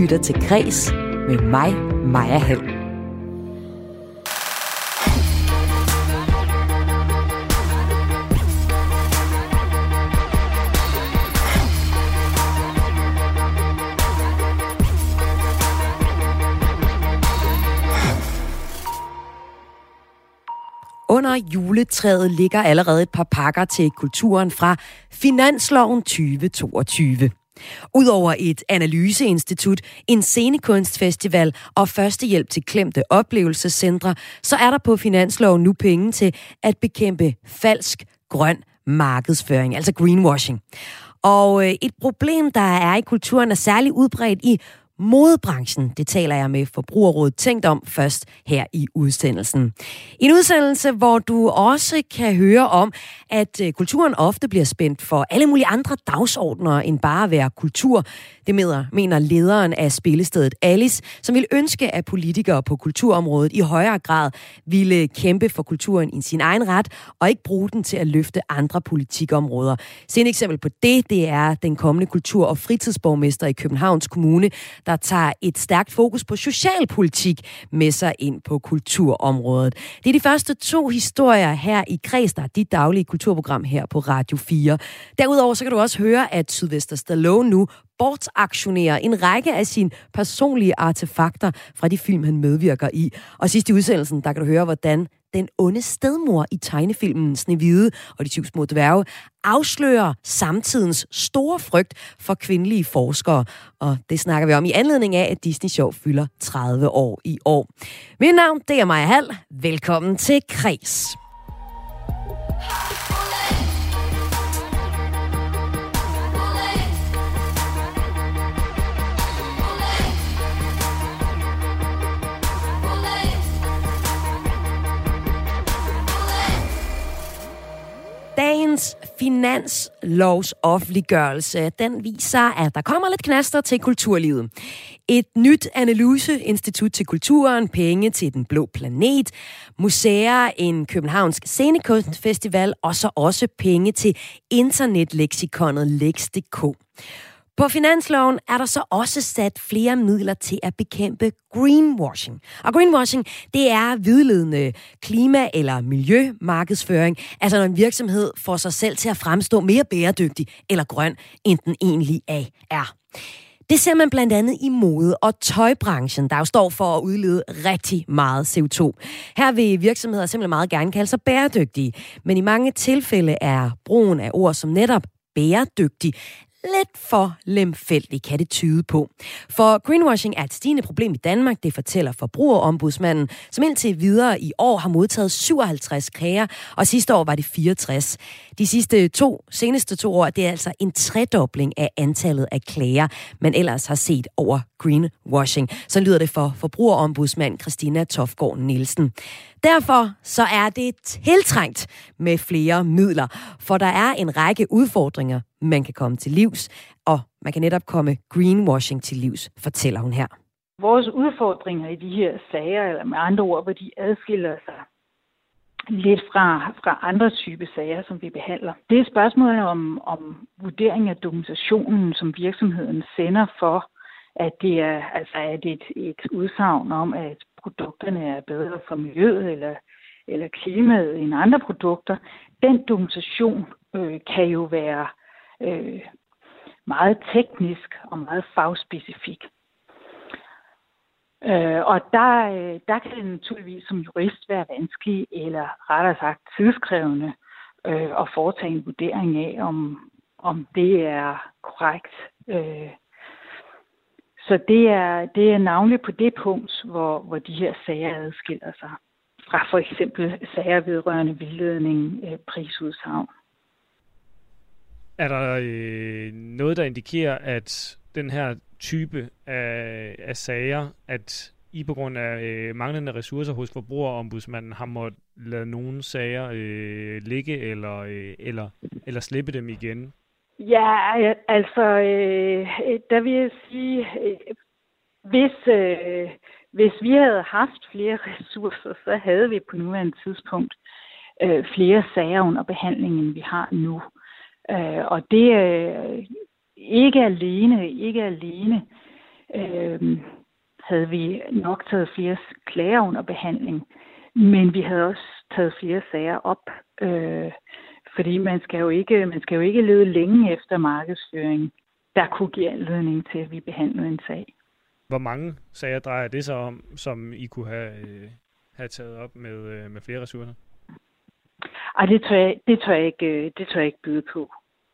lytter til Kres med mig, Maja Hall. Under juletræet ligger allerede et par pakker til kulturen fra Finansloven 2022. Udover et analyseinstitut, en scenekunstfestival og førstehjælp til klemte oplevelsescentre, så er der på Finansloven nu penge til at bekæmpe falsk grøn markedsføring, altså greenwashing. Og et problem, der er i kulturen, er særligt udbredt i modebranchen. Det taler jeg med Forbrugerrådet Tænkt om først her i udsendelsen. En udsendelse, hvor du også kan høre om, at kulturen ofte bliver spændt for alle mulige andre dagsordner end bare at være kultur. Det mener lederen af spillestedet Alice, som vil ønske, at politikere på kulturområdet i højere grad ville kæmpe for kulturen i sin egen ret, og ikke bruge den til at løfte andre politikområder. Se et eksempel på det er den kommende kultur- og fritidsborgmester i Københavns Kommune, der tager et stærkt fokus på socialpolitik med sig ind på kulturområdet. Det er de første 2 historier her i Kres, der er dit daglige kulturprogram her på Radio 4. Derudover så kan du også høre, at Sylvester Stallone nu bortaktionerer en række af sine personlige artefakter fra de film, han medvirker i. Og sidst i udsendelsen, der kan du høre, hvordan den onde stedmor i tegnefilmen Snehvide og de 7 små dværge afslører samtidens store frygt for kvindelige forskere. Og det snakker vi om i anledning af, at Disney Sjov fylder 30 år i år. Mit navn, det er Maja Hall. Velkommen til Kres. Dagens finanslovs offentliggørelse, den viser, at der kommer lidt knaster til kulturlivet. Et nyt analyseinstitut til kulturen, penge til Den Blå Planet, museer, en københavnsk scenekunstfestival og så også penge til internetleksikonet Lex.dk. På finansloven er der så også sat flere midler til at bekæmpe greenwashing. Og greenwashing, det er vildledende klima- eller miljømarkedsføring, altså når en virksomhed får sig selv til at fremstå mere bæredygtig eller grøn, end den egentlig er. Det ser man blandt andet i mode- og tøjbranchen, der jo står for at udlede rigtig meget CO2. Her vil virksomheder simpelthen meget gerne kalde sig bæredygtige, men i mange tilfælde er brugen af ord som netop bæredygtig lidt for lemfældig, kan det tyde på. For greenwashing er et stigende problem i Danmark, det fortæller Forbrugerombudsmanden, som indtil videre i år har modtaget 57 klager, og sidste år var det 64. De seneste to år, det er altså en tredobling af antallet af klager, man ellers har set over greenwashing. Så lyder det for Forbrugerombudsmand Christina Tofgaard Nielsen. Derfor så er det tiltrængt med flere midler, for der er en række udfordringer, man kan komme til livs, og man kan netop komme greenwashing til livs, fortæller hun her. Vores udfordringer i de her sager, eller med andre ord, hvor de adskiller sig lidt fra andre typer sager, som vi behandler. Det er spørgsmålet om vurdering af dokumentationen, som virksomheden sender for, at det er et udsagn om, at produkterne er bedre for miljøet eller klimaet end andre produkter. Den dokumentation kan jo være meget teknisk og meget fagspecifik. Og der kan det naturligvis som jurist være vanskeligt, eller rettere sagt tidskrævende, at foretage en vurdering af, om det er korrekt. Så det er navnlig på det punkt, hvor de her sager adskiller sig fra for eksempel sager vedrørende vildledning, prisudsagn. Er der noget, der indikerer, at den her type af sager, at I på grund af manglende ressourcer hos Forbrugerombudsmanden har måttet lade nogle sager ligge eller slippe dem igen? Ja, altså, der vil jeg sige, hvis vi havde haft flere ressourcer, så havde vi på nuværende tidspunkt flere sager under behandling, end vi har nu. Og det er ikke alene havde vi nok taget flere klager under behandling, men vi havde også taget flere sager op, fordi man skal jo ikke lede længe efter markedsføring, der kunne give anledning til, at vi behandlede en sag. Hvor mange sager drejer det sig om, som I kunne have taget op med flere ressourcer? Ej, det tør jeg ikke byde på.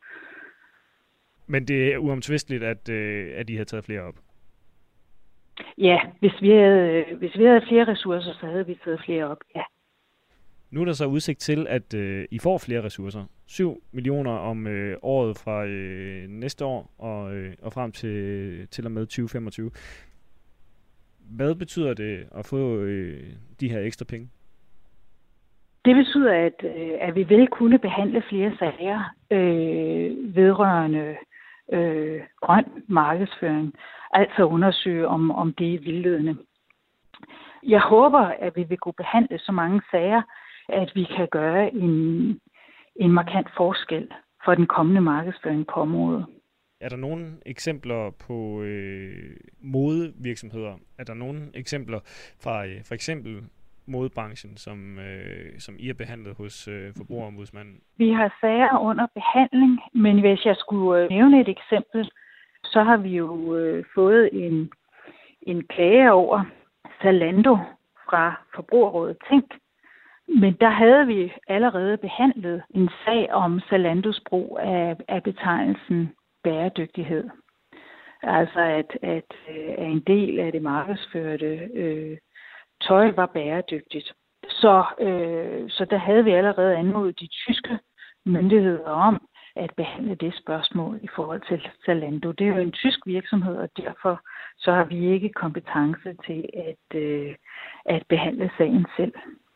Men det er uomtvisteligt, at I har taget flere op? Ja, hvis vi havde flere ressourcer, så havde vi taget flere op, ja. Nu er der så udsigt til, at I får flere ressourcer. 7 millioner om året fra næste år og frem til og med 2025. Hvad betyder det at få de her ekstra penge? Det betyder, at vi vil kunne behandle flere sager vedrørende grøn markedsføring, altså undersøge, om det er vildledende. Jeg håber, at vi vil kunne behandle så mange sager, at vi kan gøre en markant forskel for den kommende markedsføring på området. Er der nogle eksempler på modevirksomheder? Er der nogle eksempler fra for eksempel modebranchen, som I har behandlet hos Forbrugerombudsmanden? Vi har sager under behandling, men hvis jeg skulle nævne et eksempel, så har vi jo fået en klage over Zalando fra Forbrugerrådet Tænk. Men der havde vi allerede behandlet en sag om Zalandos brug af betegnelsen bæredygtighed. Altså at en del af det markedsførte tøj var bæredygtigt. Så der havde vi allerede anmodet de tyske myndigheder om at behandle det spørgsmål i forhold til Zalando. Det er jo en tysk virksomhed, og derfor så har vi ikke kompetence til at behandle sagen selv.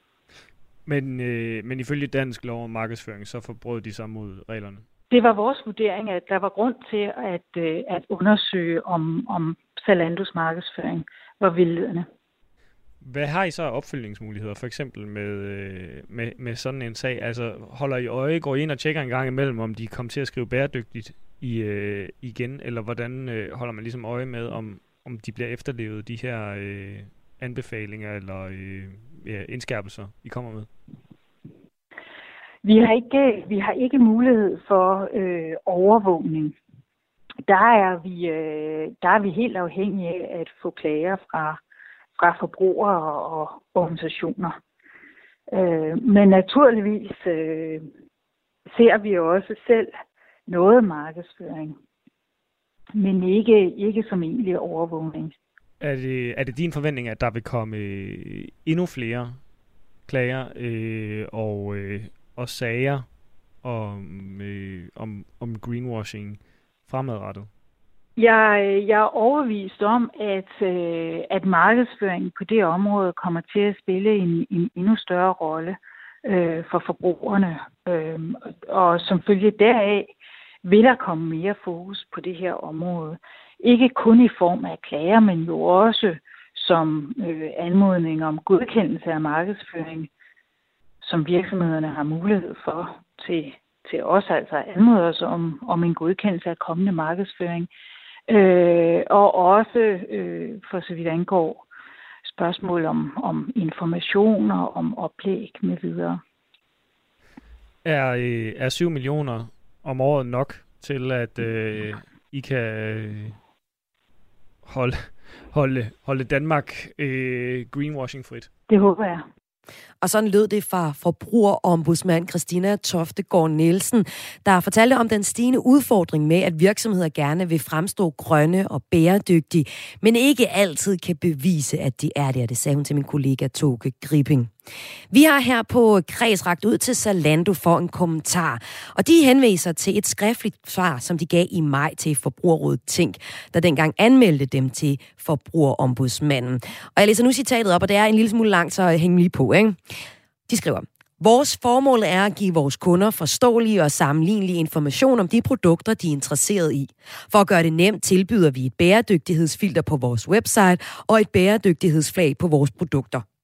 Men ifølge dansk lov om markedsføring, så forbrød de sig mod reglerne? Det var vores vurdering, at der var grund til at undersøge, om Zalandos markedsføring var vildledende. Hvad har I så af opfølgningsmuligheder, for eksempel med sådan en sag? Altså holder I øje, går I ind og tjekker en gang imellem, om de kommer til at skrive bæredygtigt igen, eller hvordan holder man ligesom øje med, om de bliver efterlevet, de her anbefalinger eller indskærpelser, I kommer med? Vi har ikke mulighed for overvågning. Der er vi helt afhængige af at få klager fra forbrugere og organisationer. Men naturligvis ser vi også selv noget markedsføring, men ikke som egentlig overvågning. Er det din forventning, at der vil komme endnu flere klager og sager om greenwashing fremadrettet? Jeg er overbevist om, at markedsføringen på det område kommer til at spille en endnu større rolle for forbrugerne. Og som følge deraf vil der komme mere fokus på det her område. Ikke kun i form af klager, men jo også som anmodning om godkendelse af markedsføring, som virksomhederne har mulighed for til os, altså anmode os om en godkendelse af kommende markedsføring. Og også for så vidt angår spørgsmål om informationer, om oplæg med videre. Er 7 millioner om året nok til, at I kan holde Danmark greenwashing-frit? Det håber jeg. Og sådan lød det fra forbrugerombudsmand Christina Toftegaard Nielsen, der fortalte om den stigende udfordring med, at virksomheder gerne vil fremstå grønne og bæredygtige, men ikke altid kan bevise, at de er det. Det sagde hun til min kollega Toke Gripping. Vi har her på Kreds rakt ud til Zalando for en kommentar, og de henviser til et skriftligt svar, som de gav i maj til Forbrugerrådet Tænk, der dengang anmeldte dem til Forbrugerombudsmanden. Og jeg læser nu citatet op, og det er en lille smule langt, så hæng lige på, ikke? De skriver: Vores formål er at give vores kunder forståelige og sammenlignelige information om de produkter, de er interesseret i. For at gøre det nemt, tilbyder vi et bæredygtighedsfilter på vores website og et bæredygtighedsflag på vores produkter.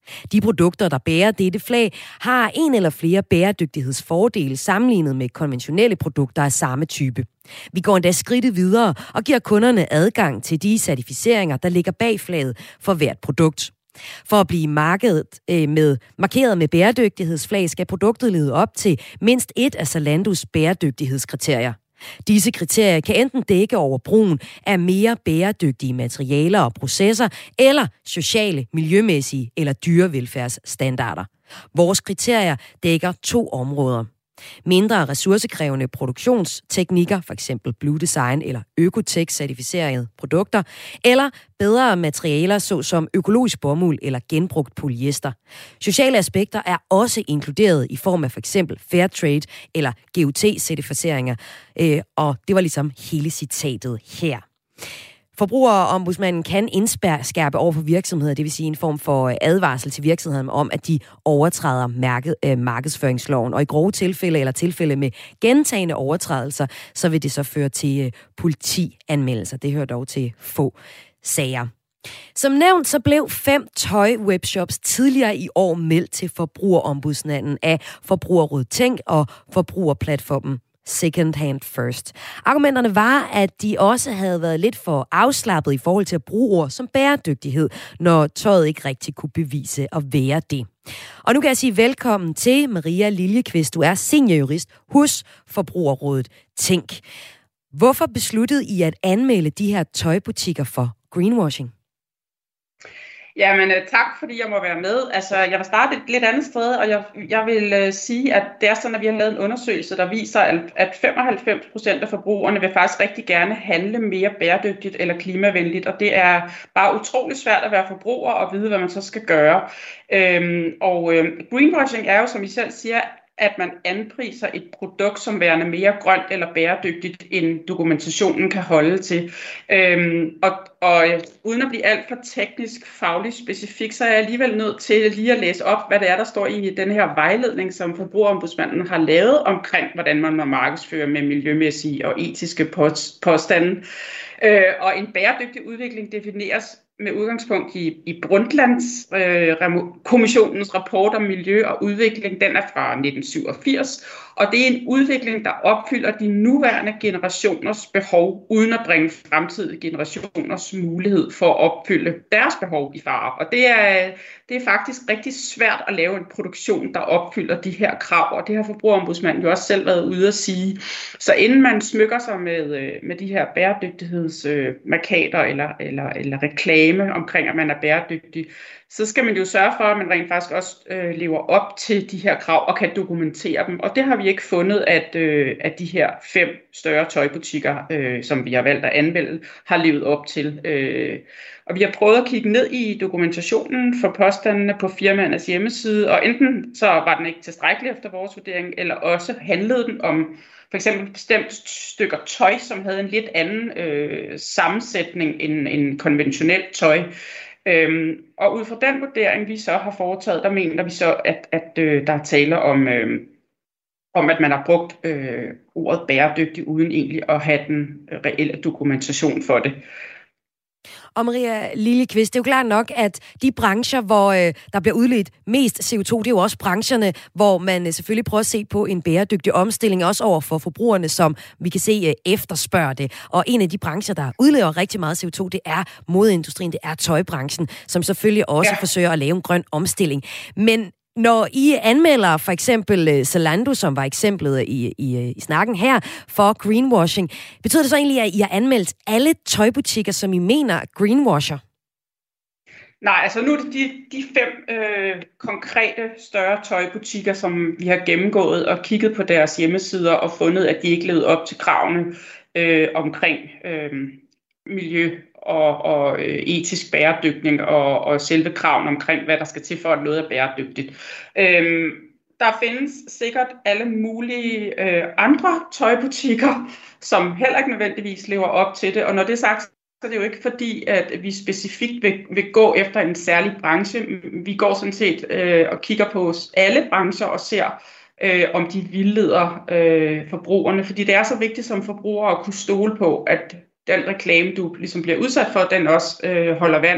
De produkter, der bærer dette flag, har en eller flere bæredygtighedsfordele sammenlignet med konventionelle produkter af samme type. Vi går endda skridtet videre og giver kunderne adgang til de certificeringer, der ligger bag flaget for hvert produkt. For at blive markeret med bæredygtighedsflag skal produktet leve op til mindst et af Zalandos bæredygtighedskriterier. Disse kriterier kan enten dække over brugen af mere bæredygtige materialer og processer, eller sociale, miljømæssige eller dyrevelfærdsstandarder. Vores kriterier dækker 2 områder. Mindre ressourcekrævende produktionsteknikker, f.eks. Blue Design eller Økotech-certificerede produkter, eller bedre materialer såsom økologisk bomuld eller genbrugt polyester. Sociale aspekter er også inkluderet i form af f.eks. Fairtrade eller GOT-certificeringer, og det var ligesom hele citatet her. Forbrugerombudsmanden kan indskærpe over for virksomheder, det vil sige en form for advarsel til virksomhederne om, at de overtræder markedsføringsloven. Og i grove tilfælde eller tilfælde med gentagne overtrædelser, så vil det så føre til politianmeldelser. Det hører dog til få sager. Som nævnt, så blev 5 tøj-webshops tidligere i år meldt til Forbrugerombudsmanden af Forbrugerrådet Tænk og forbrugerplatformen Second Hand First. Argumenterne var, at de også havde været lidt for afslappet i forhold til at bruge ord som bæredygtighed, når tøjet ikke rigtig kunne bevise at være det. Og nu kan jeg sige velkommen til Maria Liljeqvist. Du er seniorjurist hos Forbrugerrådet Tænk. Hvorfor besluttede I at anmelde de her tøjbutikker for greenwashing? Jamen, tak fordi jeg må være med. Altså, jeg vil starte et lidt andet sted, og jeg vil sige, at det er sådan, at vi har lavet en undersøgelse, der viser, at 95% af forbrugerne vil faktisk rigtig gerne handle mere bæredygtigt eller klimavenligt, og det er bare utrolig svært at være forbruger og vide, hvad man så skal gøre. Greenwashing er jo, som I selv siger, at man anpriser et produkt som værende mere grønt eller bæredygtigt, end dokumentationen kan holde til. Og uden at blive alt for teknisk, fagligt specifik, så er jeg alligevel nødt til lige at læse op, hvad det er, der står i den her vejledning, som Forbrugerombudsmanden har lavet omkring, hvordan man må markedsføre med miljømæssige og etiske påstande. Og en bæredygtig udvikling defineres med udgangspunkt i Brundtlands-kommissionens rapport om miljø og udvikling. Den er fra 1987, og det er en udvikling, der opfylder de nuværende generationers behov, uden at bringe fremtidige generationers mulighed for at opfylde deres behov i fare. Og det er faktisk rigtig svært at lave en produktion, der opfylder de her krav, og det har Forbrugerombudsmanden jo også selv været ude at sige. Så inden man smykker sig med de her bæredygtighedsmarkader eller reklame omkring, at man er bæredygtig, så skal man jo sørge for, at man rent faktisk også lever op til de her krav og kan dokumentere dem. Og det har vi ikke fundet, at de her 5 større tøjbutikker, som vi har valgt at anmelde, har levet op til. Og vi har prøvet at kigge ned i dokumentationen for påstandene på firmaernes hjemmeside, og enten så var den ikke tilstrækkelig efter vores vurdering, eller også handlede den om for eksempel bestemte stykker tøj, som havde en lidt anden sammensætning end konventionelt tøj. Og ud fra den vurdering, vi så har foretaget, der mener vi så, at der er tale om, at man har brugt ordet bæredygtig, uden egentlig at have den reelle dokumentation for det. Og Maria Liljeqvist, det er jo klart nok, at de brancher, hvor der bliver udledt mest CO2, det er jo også brancherne, hvor man selvfølgelig prøver at se på en bæredygtig omstilling, også over for forbrugerne, som vi kan se efterspørger det. Og en af de brancher, der udleder rigtig meget CO2, det er modeindustrien, det er tøjbranchen, som selvfølgelig også forsøger at lave en grøn omstilling. Men når I anmelder for eksempel Zalando, som var eksemplet i snakken her, for greenwashing, betyder det så egentlig, at I har anmeldt alle tøjbutikker, som I mener greenwasher? Nej, altså nu er det de 5 konkrete større tøjbutikker, som vi har gennemgået og kigget på deres hjemmesider og fundet, at de ikke levede op til kravene omkring miljø og etisk bæredygtig og selve kraven omkring, hvad der skal til for, at noget er bæredygtigt. Der findes sikkert alle mulige andre tøjbutikker, som heller ikke nødvendigvis lever op til det, og når det er sagt, så er det jo ikke fordi, at vi specifikt vil gå efter en særlig branche. Vi går sådan set og kigger på alle brancher og ser, om de vildleder forbrugerne, fordi det er så vigtigt som forbruger at kunne stole på, at den reklame, du ligesom bliver udsat for, den også holder vand,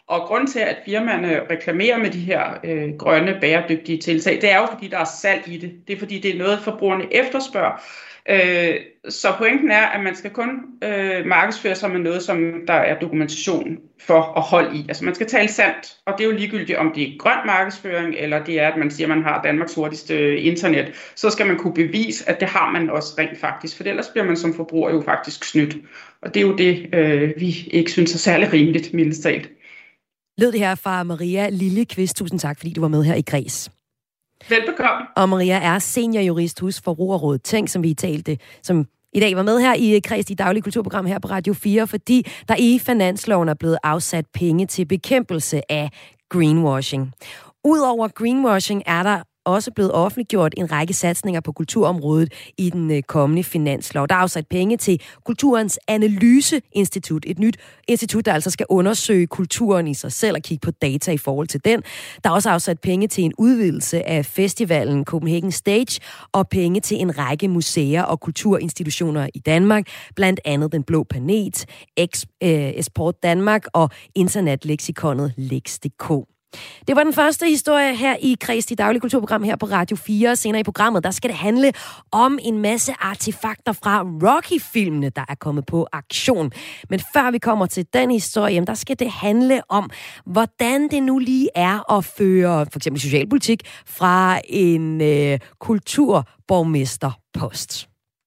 Og grunden til, at firmaerne reklamerer med de her grønne, bæredygtige tiltag, det er jo, fordi der er salg i det. Det er, fordi det er noget, forbrugerne efterspørger. Så pointen er, at man skal kun markedsføre sig med noget, som der er dokumentation for at holde i. Altså man skal tale sandt, og det er jo ligegyldigt, om det er grøn markedsføring, eller det er, at man siger, at man har Danmarks hurtigste internet. Så skal man kunne bevise, at det har man også rent faktisk, for ellers bliver man som forbruger jo faktisk snydt. Og det er jo det, vi ikke synes er særlig rimeligt, mildest talt. Lød det her fra Maria Lillekvist. Tusind tak, fordi du var med her i Græs. Velbekomme. Og Maria er seniorjurist hos Forbrugerrådet Tænk, som vi talte, som i dag var med her i Græs, i daglige kulturprogram her på Radio 4, fordi der i finansloven er blevet afsat penge til bekæmpelse af greenwashing. Udover greenwashing er der også blevet offentliggjort en række satsninger på kulturområdet i den kommende finanslov. Der er afsat penge til Kulturens Analyseinstitut, et nyt institut, der altså skal undersøge kulturen i sig selv og kigge på data i forhold til den. Der er også afsat penge til en udvidelse af festivalen Copenhagen Stage og penge til en række museer og kulturinstitutioner i Danmark, blandt andet Den Blå Planet, Esport Danmark og internetleksikonet Lex.dk. Det var den første historie her i Græs, de daglige kulturprogram her på Radio 4. Senere i programmet, der skal det handle om en masse artefakter fra Rocky-filmene, der er kommet på aktion. Men før vi kommer til den historie, der skal det handle om, hvordan det nu lige er at føre for eksempel socialpolitik fra en kulturborgmesterpost.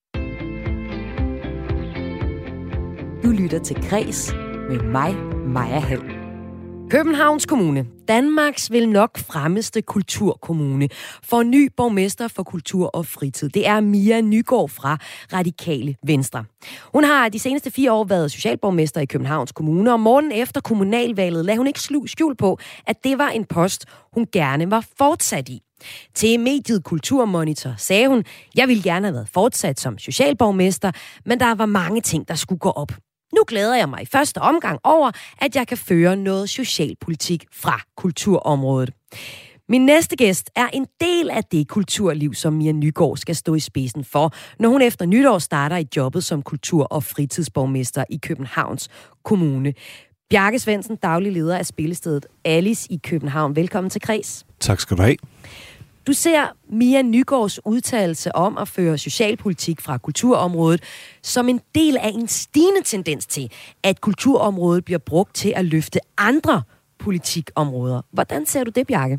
Du lytter til Græs med mig, Maja Hall. Københavns Kommune, Danmarks vel nok fremmeste kulturkommune, får ny borgmester for kultur og fritid. Det er Mia Nygaard fra Radikale Venstre. Hun har de seneste 4 år været socialborgmester i Københavns Kommune, og morgen efter kommunalvalget lagde hun ikke skjul på, at det var en post, hun gerne var fortsat i. Til mediet Kulturmonitor sagde hun, jeg ville gerne have været fortsat som socialborgmester, men der var mange ting, der skulle gå op. Nu glæder jeg mig i første omgang over, at jeg kan føre noget socialpolitik fra kulturområdet. Min næste gæst er en del af det kulturliv, som Mia Nygaard skal stå i spidsen for, når hun efter nytår starter i jobbet som kultur- og fritidsborgmester i Københavns Kommune. Bjarke Svendsen, daglig leder af spillestedet Alice i København. Velkommen til Græs. Tak skal du have. Du ser Mia Nygaards udtalelse om at føre socialpolitik fra kulturområdet som en del af en stigende tendens til, at kulturområdet bliver brugt til at løfte andre politikområder. Hvordan ser du det, Bjarke?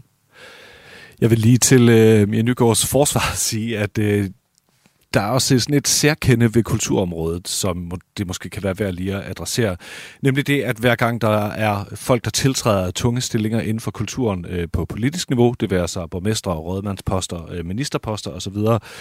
Jeg vil lige til Mia Nygaards forsvar sige, at der er også sådan et særkende ved kulturområdet, som det måske kan være værd lige at adressere. Nemlig det, at hver gang der er folk, der tiltræder tunge stillinger inden for kulturen på politisk niveau, det vil så borgmestre, rådmandsposter, ministerposter osv.,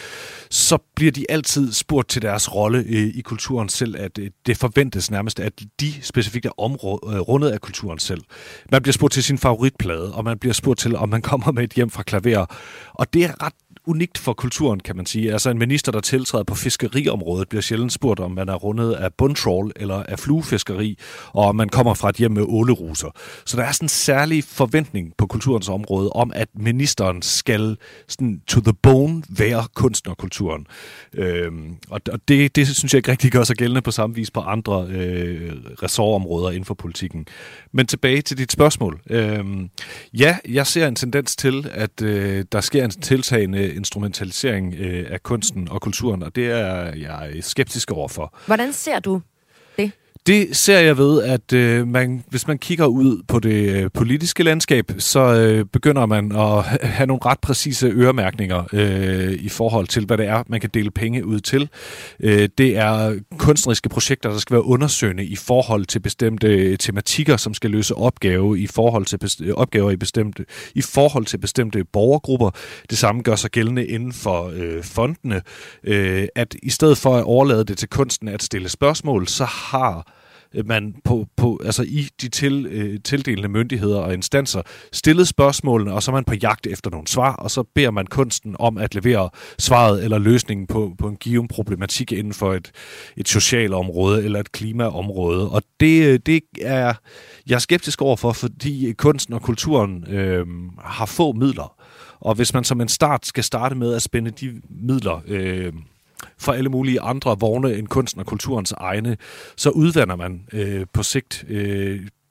så bliver de altid spurgt til deres rolle i kulturen selv, at det forventes nærmest, at de specifikt er rundet af kulturen selv. Man bliver spurgt til sin favoritplade, og man bliver spurgt til, om man kommer med et hjem fra klaver. Og det er ret unikt for kulturen, kan man sige. Altså en minister, der tiltræder på fiskeriområdet, bliver sjældent spurgt, om man er rundet af bundtrawl eller af fluefiskeri, og om man kommer fra et hjem med åleruser. Så der er sådan en særlig forventning på kulturens område om, at ministeren skal sådan to the bone være kunstnerkulturen. Og det synes jeg ikke rigtig gør sig gældende på samme vis på andre ressortområder inden for politikken. Men tilbage til dit spørgsmål. Ja, jeg ser en tendens til, at der sker en tiltagende instrumentalisering af kunsten og kulturen, og det er jeg skeptisk overfor. Hvordan ser du det? Det ser jeg ved, at hvis man kigger ud på det politiske landskab, så begynder man at have nogle ret præcise øremærkninger i forhold til, hvad det er, man kan dele penge ud til. Det er kunstneriske projekter, der skal være undersøgende i forhold til bestemte tematikker, som skal løse opgaver i forhold til bestemte borgergrupper. Det samme gør sig gældende inden for fondene, at i stedet for at overlade det til kunsten at stille spørgsmål, så har man altså i de tildelende myndigheder og instanser stillet spørgsmålene, og så er man på jagt efter nogle svar, og så beder man kunsten om at levere svaret eller løsningen på en given problematik inden for et socialområde eller et klimaområde. Og det er jeg skeptisk overfor, fordi kunsten og kulturen har få midler. Og hvis man som en start skal starte med at spænde de midler for alle mulige andre vogne end kunsten og kulturens egne, så udvander man på sigt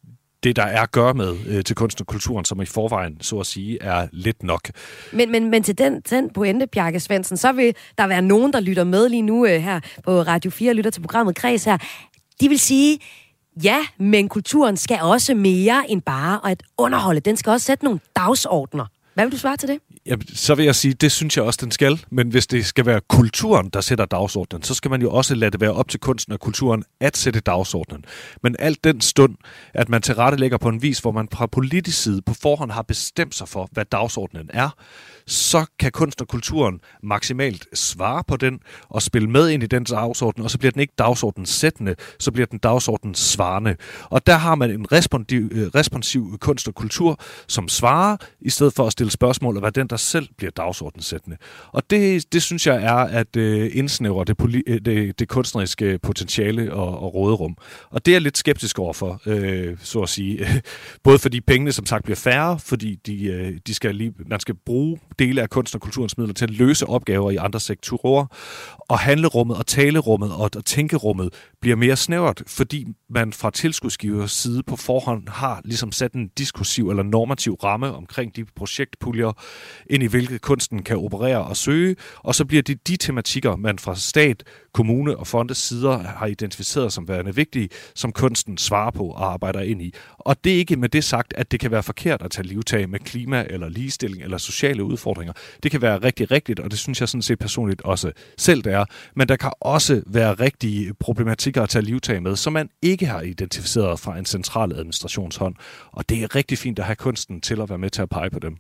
det, der er at gøre med til kunst og kulturen, som i forvejen, så at sige, er lidt nok. Men til den pointe, Bjarke Svendsen, så vil der være nogen, der lytter med lige nu her på Radio 4, lytter til programmet Kreds her. De vil sige, ja, men kulturen skal også mere end bare at underholde. Den skal også sætte nogle dagsordner. Hvad vil du svare til det? Jamen, så vil jeg sige, det synes jeg også, den skal. Men hvis det skal være kulturen, der sætter dagsordenen, så skal man jo også lade det være op til kunsten og kulturen at sætte dagsordenen. Men alt den stund, at man tilrettelægger på en vis, hvor man fra politisk side på forhånd har bestemt sig for, hvad dagsordenen er, så kan kunst og kulturen maksimalt svare på den og spille med ind i den dagsorden, og så bliver den ikke dagsordenssættende, så bliver den dagsordensvarende. Og der har man en responsiv kunst og kultur, som svarer, i stedet for at stille spørgsmål, og hvad den, der selv bliver dagsordensættende. Og det synes jeg er at indsnævre det kunstneriske potentiale og råderum. Og det er jeg lidt skeptisk overfor, så at sige. Både fordi pengene, som sagt, bliver færre, fordi man skal bruge dele af kunst- og kulturens midler til at løse opgaver i andre sektorer, og handlerummet og talerummet og tænkerummet bliver mere snævert, fordi man fra tilskudsgivers side på forhånd har ligesom sat en diskursiv eller normativ ramme omkring de projektpuljer, ind i hvilket kunsten kan operere og søge, og så bliver det de tematikker, man fra stat, kommune og fondes sider har identificeret som værende vigtige, som kunsten svarer på og arbejder ind i. Og det er ikke med det sagt, at det kan være forkert at tage livtag med klima eller ligestilling eller sociale udfordringer. Det kan være rigtig rigtigt, og det synes jeg sådan set personligt også selv det er. Men der kan også være rigtige problematikker at tage livtag med, som man ikke har identificeret fra en central administrationshånd. Og det er rigtig fint at have kunsten til at være med til at pege på dem.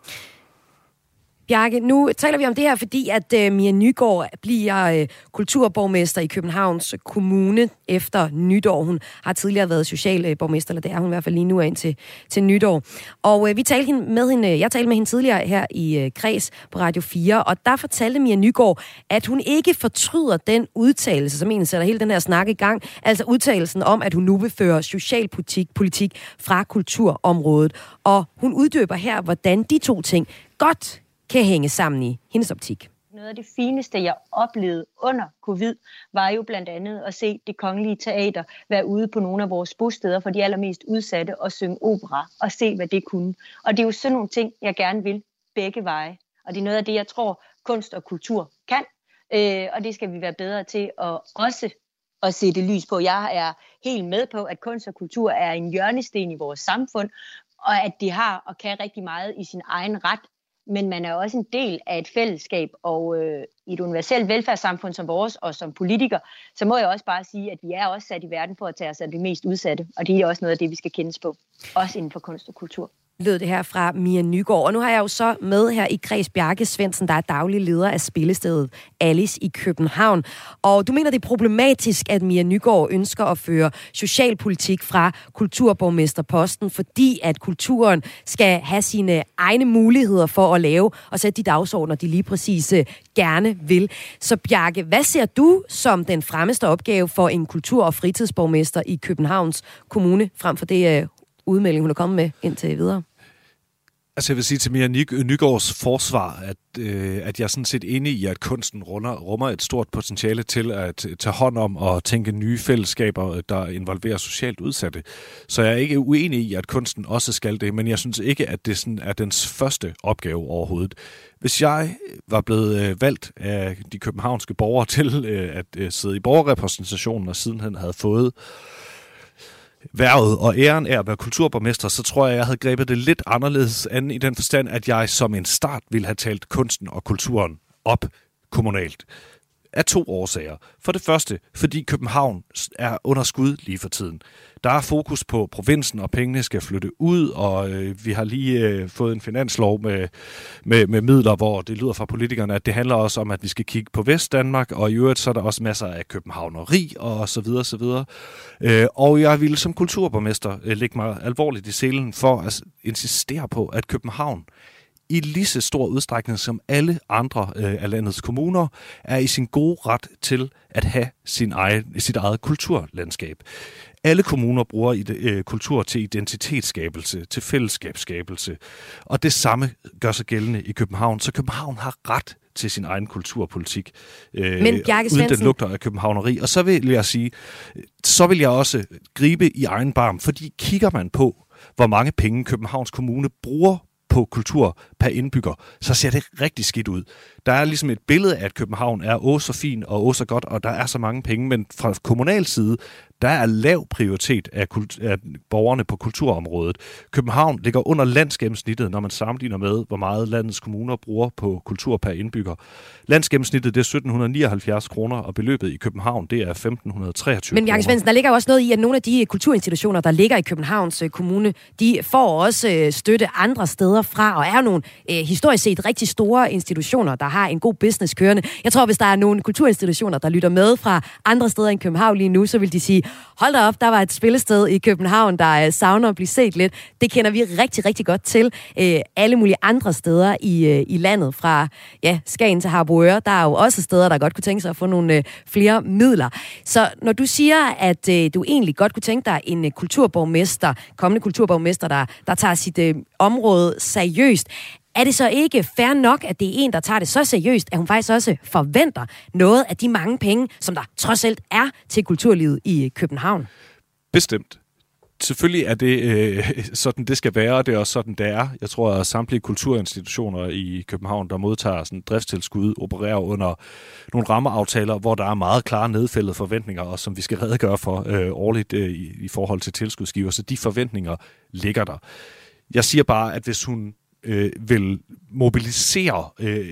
Bjarke, nu taler vi om det her, fordi at Mia Nygård bliver kulturborgmester i Københavns Kommune efter nytår. Hun har tidligere været socialborgmester, eller det er hun i hvert fald lige nu indtil til nytår. Og jeg talte med hende tidligere her i Kreds på Radio 4, og der fortalte Mia Nygård, at hun ikke fortryder den udtalelse, som egentlig sætter hele den her snak i gang, altså udtalelsen om, at hun nu vil føre socialpolitik fra kulturområdet. Og hun uddyber her, hvordan de to ting godt kan hænge sammen i hendes optik. Noget af det fineste, jeg oplevede under covid, var jo blandt andet at se Det Kongelige Teater være ude på nogle af vores bosteder for de allermest udsatte og synge opera og se, hvad det kunne. Og det er jo sådan nogle ting, jeg gerne vil begge veje. Og det er noget af det, jeg tror, kunst og kultur kan. Og det skal vi være bedre til at sætte lys på. Jeg er helt med på, at kunst og kultur er en hjørnesten i vores samfund, og at de har og kan rigtig meget i sin egen ret. Men man er også en del af et fællesskab, og i et universelt velfærdssamfund som vores, og som politiker, så må jeg også bare sige, at vi er også sat i verden for at tage os af de mest udsatte, og det er også noget af det, vi skal kendes på, også inden for kunst og kultur. Lød det her fra Mia Nygård. Og nu har jeg jo så med her i Kreds Bjarke Svendsen, der er daglig leder af spillestedet Alice i København. Og du mener, det er problematisk, at Mia Nygård ønsker at føre socialpolitik fra kulturborgmesterposten, fordi at kulturen skal have sine egne muligheder for at lave og sætte de dagsordner, de lige præcis gerne vil. Så Bjarke, hvad ser du som den fremmeste opgave for en kultur- og fritidsborgmester i Københavns Kommune, frem for det udmelding, hun er kommet med indtil videre? Altså jeg vil sige til Mia Nygårds forsvar, at jeg er sådan set enig i, at kunsten rummer et stort potentiale til at tage hånd om og tænke nye fællesskaber, der involverer socialt udsatte. Så jeg er ikke uenig i, at kunsten også skal det, men jeg synes ikke, at det sådan er dens første opgave overhovedet. Hvis jeg var blevet valgt af de københavnske borgere til at sidde i borgerrepræsentationen, og sidenhen havde fået værvet og æren af at være kulturborgmester, så tror jeg havde grebet det lidt anderledes an i den forstand, at jeg som en start ville have talt kunsten og kulturen op kommunalt. Af 2 årsager. For det første, fordi København er under skud lige for tiden. Der er fokus på provinsen, og pengene skal flytte ud, og vi har lige fået en finanslov med midler, hvor det lyder fra politikerne, at det handler også om, at vi skal kigge på Vestdanmark, og i øvrigt så er der også masser af københavneri, og så videre, så videre. Og jeg ville som kulturborgmester lægge mig alvorligt i selen for at insistere på, at København i lige så stor udstrækning som alle andre af landets kommuner, er i sin gode ret til at have sit eget kulturlandskab. Alle kommuner bruger kultur til identitetsskabelse, til fællesskabsskabelse, og det samme gør sig gældende i København. Så København har ret til sin egen kulturpolitik, Men Bjarke uden den lugter af københavneri. Og så vil jeg sige, så vil jeg også gribe i egen barm, fordi kigger man på, hvor mange penge Københavns Kommune bruger på kultur per indbygger, så ser det rigtig skidt ud. Der er ligesom et billede af, at København er så fin og så godt, og der er så mange penge, men fra kommunal side, der er lav prioritet af borgerne på kulturområdet. København ligger under landsgennemsnittet, når man sammenligner med, hvor meget landets kommuner bruger på kultur per indbygger. Landsgennemsnittet, det er 1.779 kroner, og beløbet i København, det er 1.523 kroner. Men Bjarke Svendsen, der ligger jo også noget i, at nogle af de kulturinstitutioner, der ligger i Københavns Kommune, de får også støtte andre steder fra, og er nogle historisk set rigtig store institutioner, der har en god business kørende. Jeg tror, hvis der er nogle kulturinstitutioner, der lytter med fra andre steder end København lige nu, så vil de sige, hold da op, der var et spillested i København, der savner at blive set lidt. Det kender vi rigtig, rigtig godt til. Alle mulige andre steder i landet, fra Skagen til Harboøre, der er jo også steder, der godt kunne tænke sig at få nogle flere midler. Så når du siger, at du egentlig godt kunne tænke dig en kommende kulturborgmester, der tager sit område seriøst, er det så ikke fair nok, at det er en, der tager det så seriøst, at hun faktisk også forventer noget af de mange penge, som der trods alt er til kulturlivet i København? Bestemt. Selvfølgelig er det sådan, det skal være, og det er også sådan, det er. Jeg tror, at samtlige kulturinstitutioner i København, der modtager sådan driftstilskud, opererer under nogle rammeaftaler, hvor der er meget klare nedfældede forventninger, og som vi skal redegøre for årligt i forhold til tilskudsgiver. Så de forventninger ligger der. Jeg siger bare, at hvis hun vil mobilisere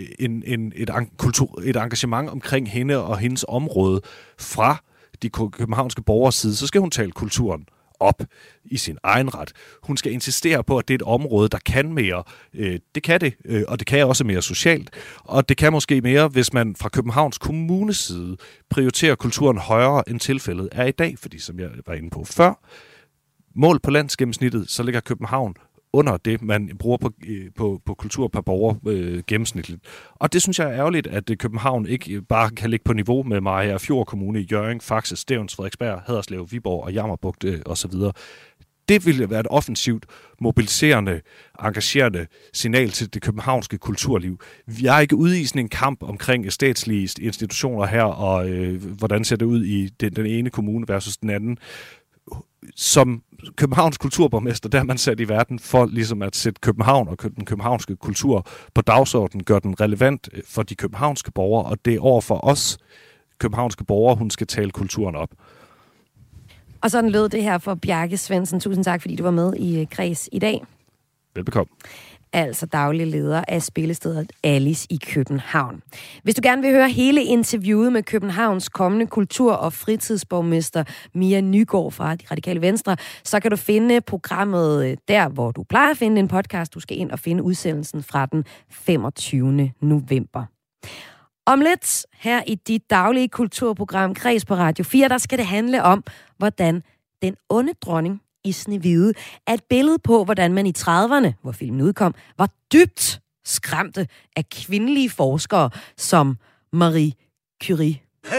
et engagement omkring hende og hendes område fra de københavnske borgers side, så skal hun tale kulturen op i sin egen ret. Hun skal insistere på, at det er et område, der kan mere. Det kan det, og det kan også mere socialt. Og det kan måske mere, hvis man fra Københavns Kommunes side prioriterer kulturen højere, end tilfældet er i dag. Fordi, som jeg var inde på før, mål på landsgennemsnittet, så ligger København under det, man bruger på kultur per borger gennemsnitligt. Og det synes jeg er ærgerligt, at København ikke bare kan ligge på niveau med Mariager Fjord Kommune, Hjørring, Faxe, Stevns, Frederiksberg, Haderslev, Viborg og Jammerbugt osv. Det ville være et offensivt, mobiliserende, engagerende signal til det københavnske kulturliv. Vi er ikke ude i sådan en kamp omkring statslige institutioner her, og hvordan ser det ud i den ene kommune versus den anden. Som Københavns kulturborgmester, der er man sat i verden for ligesom at sætte København og den københavnske kultur på dagsordenen, gør den relevant for de københavnske borgere, og det er over for os københavnske borgere, hun skal tale kulturen op. Og sådan lød det her for Bjarke Svendsen. Tusind tak, fordi du var med i Kreds i dag. Velbekomme. Altså daglig leder af spillestedet Alice i København. Hvis du gerne vil høre hele interviewet med Københavns kommende kultur- og fritidsborgmester Mia Nygaard fra De Radikale Venstre, så kan du finde programmet der, hvor du plejer at finde en podcast. Du skal ind og finde udsendelsen fra den 25. november. Om lidt her i dit daglige kulturprogram Kreds på Radio 4, der skal det handle om, hvordan den onde dronning i Snehvide er et billede på, hvordan man i 30'erne, hvor filmen udkom, var dybt skræmte af kvindelige forskere som Marie Curie.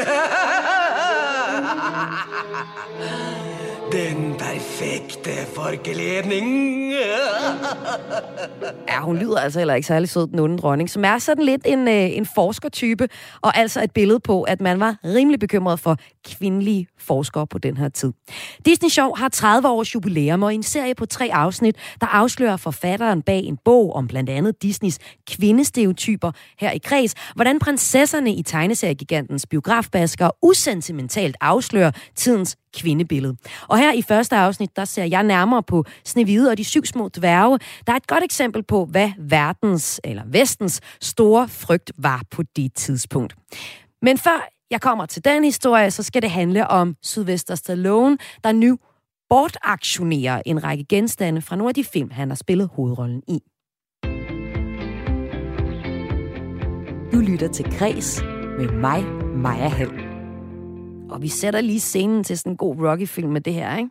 Den perfekte forklædning. Ja, hun lyder altså heller ikke særlig sød, den onde dronning, som er sådan lidt en forskertype, og altså et billede på, at man var rimelig bekymret for kvindelige forskere på den her tid. Disney Sjov har 30 års jubilæum, og en serie på 3 afsnit, der afslører forfatteren bag en bog om blandt andet Disneys kvindestereotyper her i Kreds, hvordan prinsesserne i tegneseriegigantens biografbasker usentimentalt afslører tidens kvindebillede. Og her i første afsnit, der ser jeg nærmere på Snehvide og de 7 små dværge. Der er et godt eksempel på, hvad vestens store frygt var på det tidspunkt. Men før jeg kommer til den historie, så skal det handle om Sylvester Stallone, der nu bortaktionerer en række genstande fra nogle af de film, han har spillet hovedrollen i. Du lytter til Kreds med mig, Maja Hall. Og vi sætter lige scenen til sådan en god Rocky-film med det her, ikke?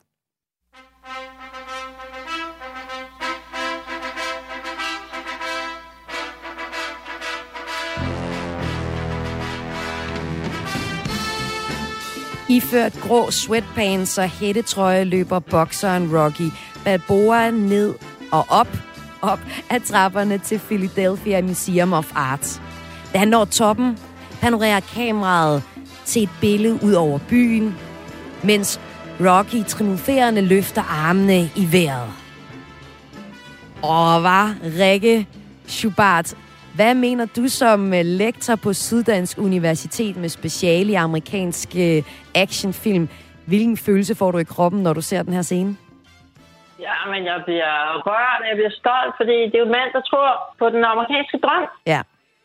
Iført grå sweatpants og hættetrøje løber bokseren Rocky Balboa ned og op ad trapperne til Philadelphia Museum of Art. Da han når toppen, panorerer kameraet til et billede ud over byen, mens Rocky triumferende løfter armene i vejret. Og Rikke Schubart, hvad mener du som lektor på Syddansk Universitet med speciale i amerikansk actionfilm? Hvilken følelse får du i kroppen, når du ser den her scene? Ja, men jeg bliver rørt, jeg bliver stolt, fordi det er jo en mand, der tror på den amerikanske drøm. Ja.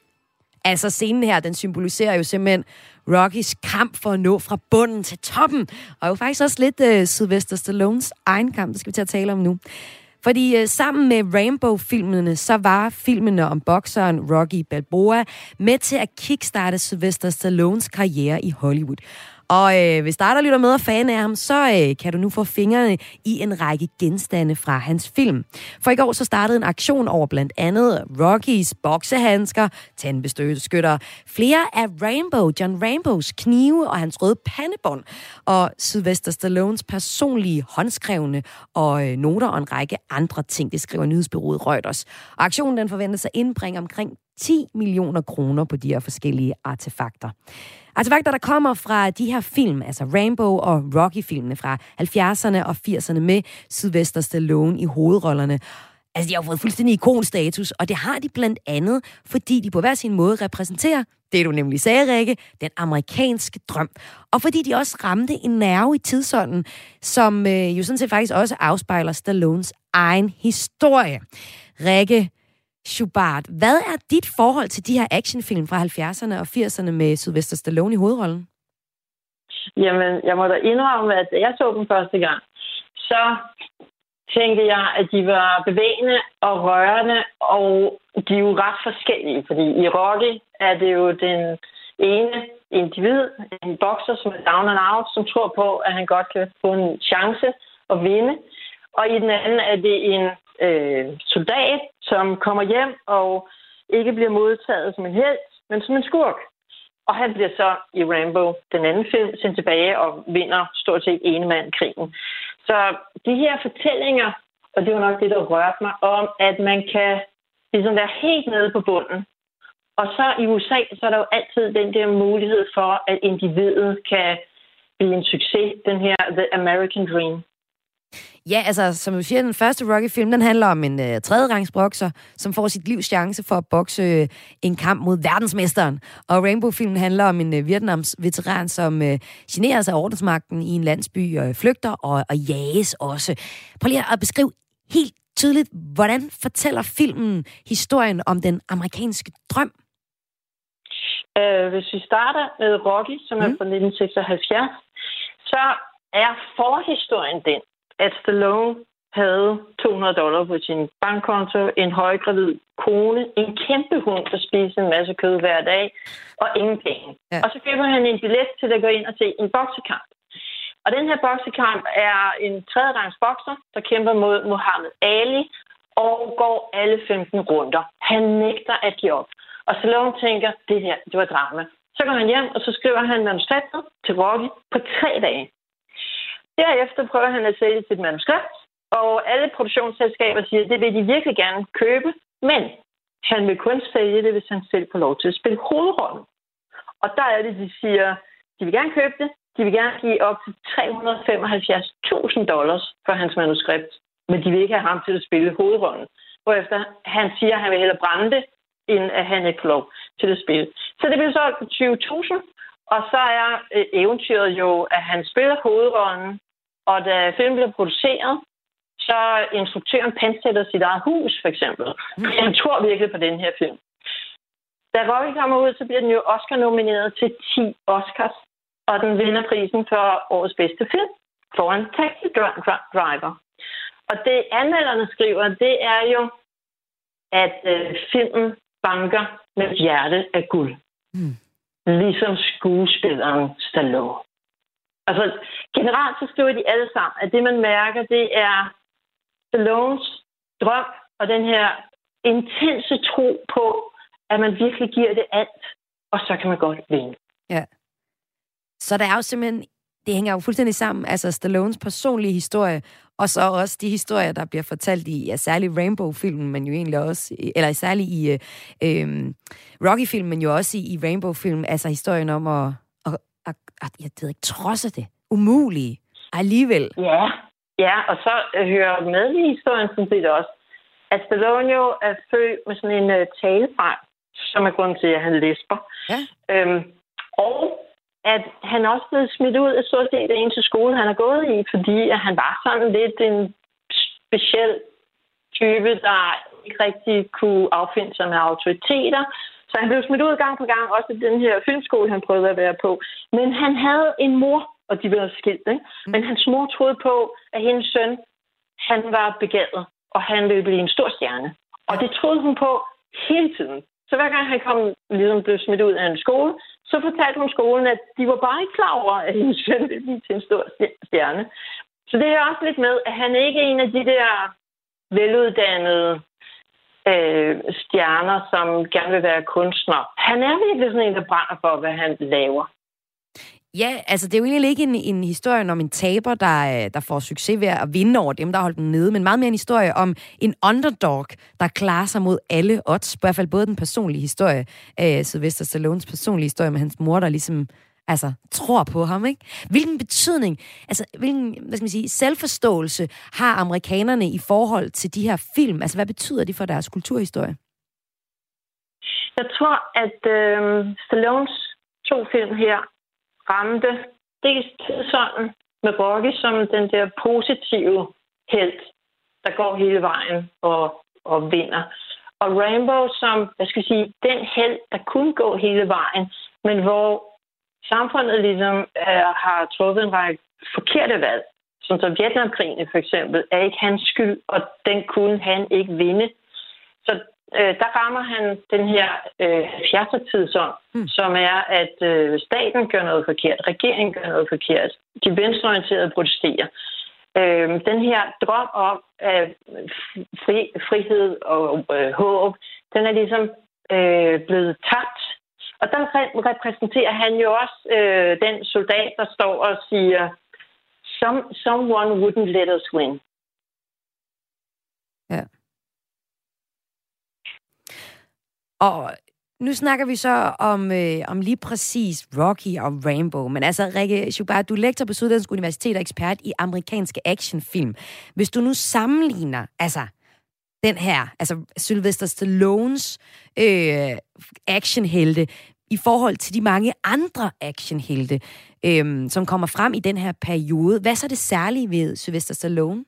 Altså scenen her, den symboliserer jo simpelthen Rockys kamp for at nå fra bunden til toppen. Og jo faktisk også lidt Sylvester Stallones egen kamp, det skal vi til at tale om nu. Fordi sammen med Rambo-filmene, så var filmene om bokseren Rocky Balboa med til at kickstarte Sylvester Stallones karriere i Hollywood. Og hvis der lytter med og fan af ham, så kan du nu få fingrene i en række genstande fra hans film. For i går så startede en aktion over blandt andet Rockys boksehandsker, tandbeskyttere, flere af John Rambos knive og hans røde pandebånd, og Sylvester Stallones personlige håndskrevne og noter og en række andre ting, det skriver nyhedsbureauet Reuters. Og aktionen den forventes at indbringe omkring 10 millioner kroner på de her forskellige artefakter. Artefakter, der kommer fra de her film, altså Rambo og Rocky-filmene fra 70'erne og 80'erne med Sylvester Stallone i hovedrollerne. Altså, de har jo fået fuldstændig ikonstatus, og det har de blandt andet, fordi de på hver sin måde repræsenterer, det du nemlig sagde, Rikke, den amerikanske drøm. Og fordi de også ramte en nerve i tidsånden, som jo sådan set faktisk også afspejler Stallones egen historie. Rikke Schubart, hvad er dit forhold til de her actionfilm fra 70'erne og 80'erne med Sylvester Stallone i hovedrollen? Jamen, jeg må da indrømme, at da jeg så dem første gang, så tænkte jeg, at de var bevægende og rørende, og de er jo ret forskellige, fordi i Rocky er det jo den ene individ, en bokser, som er down and out, som tror på, at han godt kan få en chance at vinde, og i den anden er det en soldat, som kommer hjem og ikke bliver modtaget som en helt, men som en skurk. Og han bliver så i Rambo, den anden film, sendt tilbage og vinder stort set ene mand krigen. Så de her fortællinger, og det var nok det, der rørte mig, om at man kan ligesom være helt nede på bunden. Og så i USA, så er der jo altid den der mulighed for, at individet kan blive en succes. Den her The American Dream. Ja, altså, som du siger, den første Rocky-film, den handler om en tredjerangsbokser, som får sit livs chance for at bokse en kamp mod verdensmesteren. Og Rambo-filmen handler om en Vietnams-veteran, som generer sig af ordensmagten i en landsby og flygter og jages også. Prøv lige at beskrive helt tydeligt, hvordan fortæller filmen historien om den amerikanske drøm? Hvis vi starter med Rocky, som er fra 1976, så er forhistorien den, at Stallone havde $200 på sin bankkonto, en højgravid kone, en kæmpe hund, der spiser en masse kød hver dag, og ingen penge. Ja. Og så køber han en billet til at gå ind og se en boksekamp. Og den her boksekamp er en tredjerangsbokser, bokser, der kæmper mod Muhammad Ali, og går alle 15 runder. Han nægter at give op. Og Stallone tænker, det her, det var drama. Så går han hjem, og så skriver han manuskriptet til Rocky på 3 dage. Derefter prøver han at sælge sit manuskript, og alle produktionsselskaber siger, at det vil de virkelig gerne købe, men han vil kun sælge det, hvis han selv får lov til at spille hovedrollen. Og der er det, de siger, de vil gerne købe det, de vil gerne give op til $375,000 for hans manuskript, men de vil ikke have ham til at spille hovedrollen. Hvorefter han siger, at han vil hellere brænde det, end at han ikke får lov til at spille. Så det bliver solgt for 20.000, og så er eventyret jo, at han spiller hovedrollen, og da filmen bliver produceret, så instruktøren pansætter sit eget hus, for eksempel. Han tror virkelig på den her film. Da Rocky kommer ud, så bliver den jo Oscar-nomineret til 10 Oscars, og den vinder prisen for årets bedste film foran Taxi Driver. Og det anmelderne skriver, det er jo, at filmen banker med hjerte af guld. Ligesom skuespilleren Stallone. Altså, generelt så skriver de alle sammen, at det, man mærker, det er Stallones drøm og den her intense tro på, at man virkelig giver det alt, og så kan man godt vinde. Ja. Så der er jo simpelthen det hænger jo fuldstændig sammen. Altså Stallones personlige historie, og så også de historier, der bliver fortalt i, særligt Rainbow-filmen, men jo egentlig også, eller særligt i Rocky-filmen, men jo også i Rainbow-filmen, altså historien om at jeg ved ikke, trodse det. Umulige. Alligevel. Ja, og så hører med i historien sådan set også, at Stallone jo er født med sådan en talefejl, som er grunden til, at han lesber. Ja. Og at han også blev smidt ud af stort set af en til skole, han er gået i, fordi at han var sådan lidt en speciel type, der ikke rigtig kunne affinde sig med autoriteter. Så han blev smidt ud gang på gang, også i den her filmskole, han prøvede at være på. Men han havde en mor, og de blev skilt, ikke? Men hans mor troede på, at hendes søn, han var begavet, og han ville blive en stor stjerne. Og det troede hun på hele tiden. Så hver gang han blev smidt ud af en skole, så fortalte hun skolen, at de var bare ikke klar over, at hendes søn ville blive til en stor stjerne. Så det er også lidt med, at han ikke er en af de der veluddannede stjerner, som gerne vil være kunstner. Han er virkelig sådan en, der brænder for, hvad han laver. Ja, altså det er jo egentlig ikke en historie om en taber, der får succes ved at vinde over dem, der holdt dem nede, men meget mere en historie om en underdog, der klarer sig mod alle odds. I hvert fald både den personlige historie, Sylvester Stallones personlige historie med hans mor, der ligesom tror på ham, ikke? Hvilken betydning, selvforståelse har amerikanerne i forhold til de her film? Altså, hvad betyder de for deres kulturhistorie? Jeg tror, at Stallones 2 film her ramte dels tidsånden med Rocky som den der positive helt, der går hele vejen og vinder. Og Rambo som, den helt, der kunne gå hele vejen, men hvor samfundet ligesom har truffet en række forkerte valg. Som så Vietnamkrigen for eksempel er ikke hans skyld, og den kunne han ikke vinde. Så der rammer han den her 70'er-tidsånd, som er, at staten gør noget forkert, regeringen gør noget forkert, de venstreorienterede protesterer. Den her drøm om frihed og håb, den er ligesom blevet tabt. Og der repræsenterer han jo også den soldat, der står og siger, someone wouldn't let us win. Ja. Og nu snakker vi så om lige præcis Rocky og Rainbow. Men altså, Rikke Schubert, du er lektor på Syddansk Universitet og ekspert i amerikanske actionfilm. Hvis du nu sammenligner, den her, Sylvester Stallones actionhelte i forhold til de mange andre actionhelte, som kommer frem i den her periode. Hvad er så det særlige ved Sylvester Stallone?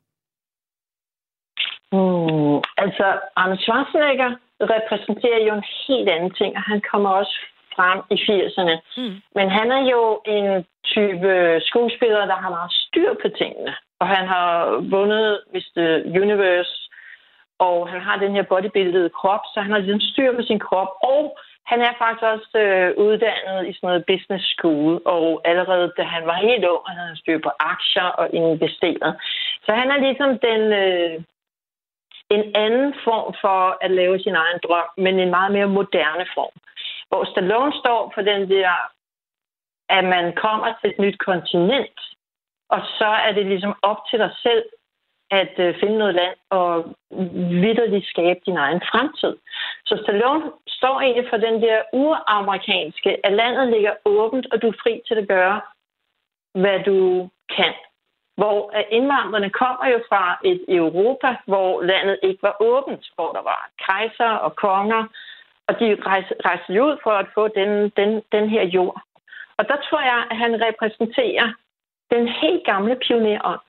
Arnold Schwarzenegger repræsenterer jo en helt anden ting, og han kommer også frem i 80'erne. Men han er jo en type skuespiller, der har meget styr på tingene. Og han har vundet Mr. Universe, og han har den her bodybuildede krop, så han har ligesom styr på sin krop. Og han er faktisk også uddannet i sådan noget business school, og allerede da han var helt ung, han havde styr på aktier og investeret. Så han er ligesom en anden form for at lave sin egen drøm, men en meget mere moderne form. Hvor Stallone står for den der, at man kommer til et nyt kontinent, og så er det ligesom op til dig selv at finde noget land og vitterligt skabe din egen fremtid. Så Stallone står egentlig for den der uramerikanske, at landet ligger åbent, og du er fri til at gøre, hvad du kan. Hvor indvandrerne kommer jo fra et Europa, hvor landet ikke var åbent, hvor der var kejser og konger, og de rejste ud for at få den her jord. Og der tror jeg, at han repræsenterer den helt gamle pionerånd.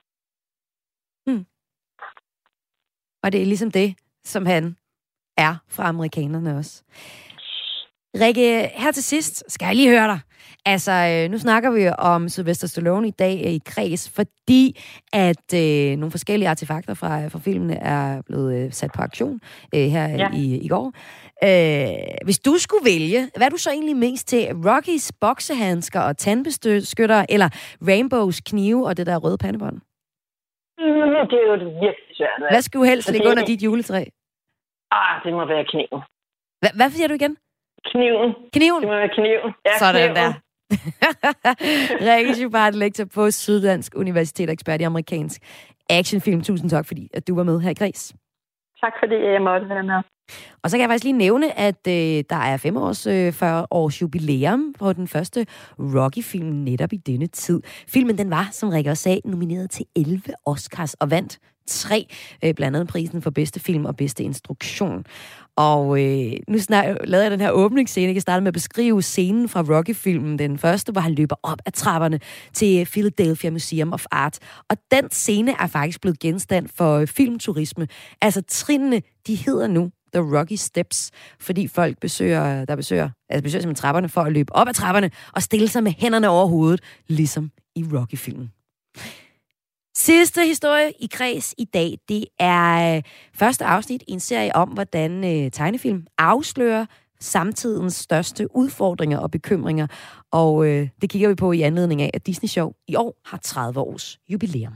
Og det er ligesom det, som han er for amerikanerne også. Rikke, her til sidst skal jeg lige høre dig. Nu snakker vi om Sylvester Stallone i dag i kreds, fordi at nogle forskellige artefakter fra filmene er blevet sat på aktion i går. Hvis du skulle vælge, hvad er du så egentlig mest til? Rockys boksehandsker og tandbeskytter, eller Rainbows knive og det der røde pandebånd? Det er jo virkelig svært. Hvad skulle du helst ligge under dit juletræ? Det må være kniven. Hvad siger du igen? Kniven. Kniven? Det må være kniven. Ja, sådan kniven. der. Rikke Schubart, lektor på Syddansk Universitet og ekspert i amerikansk actionfilm. Tusind tak, fordi at du var med her i Græs. Tak fordi jeg måtte være med. Og så kan jeg faktisk lige nævne, at der er 40 års jubilæum på den første Rocky-film netop i denne tid. Filmen den var, som Rikke også sagde, nomineret til 11 Oscars og vandt 3, blandt andet prisen for bedste film og bedste instruktion. Og nu lavede jeg den her åbningsscene. Jeg kan starte med at beskrive scenen fra Rocky-filmen, den første, hvor han løber op ad trapperne til Philadelphia Museum of Art. Og den scene er faktisk blevet genstand for filmturisme. Altså trinene, de hedder nu The Rocky Steps, fordi folk besøger simpelthen trapperne for at løbe op ad trapperne og stille sig med hænderne over hovedet, ligesom i Rocky-filmen. Sidste historie i Kreds i dag, det er første afsnit i en serie om, hvordan tegnefilm afslører samtidens største udfordringer og bekymringer. Og det kigger vi på i anledning af, at Disney Sjov i år har 30 års jubilæum.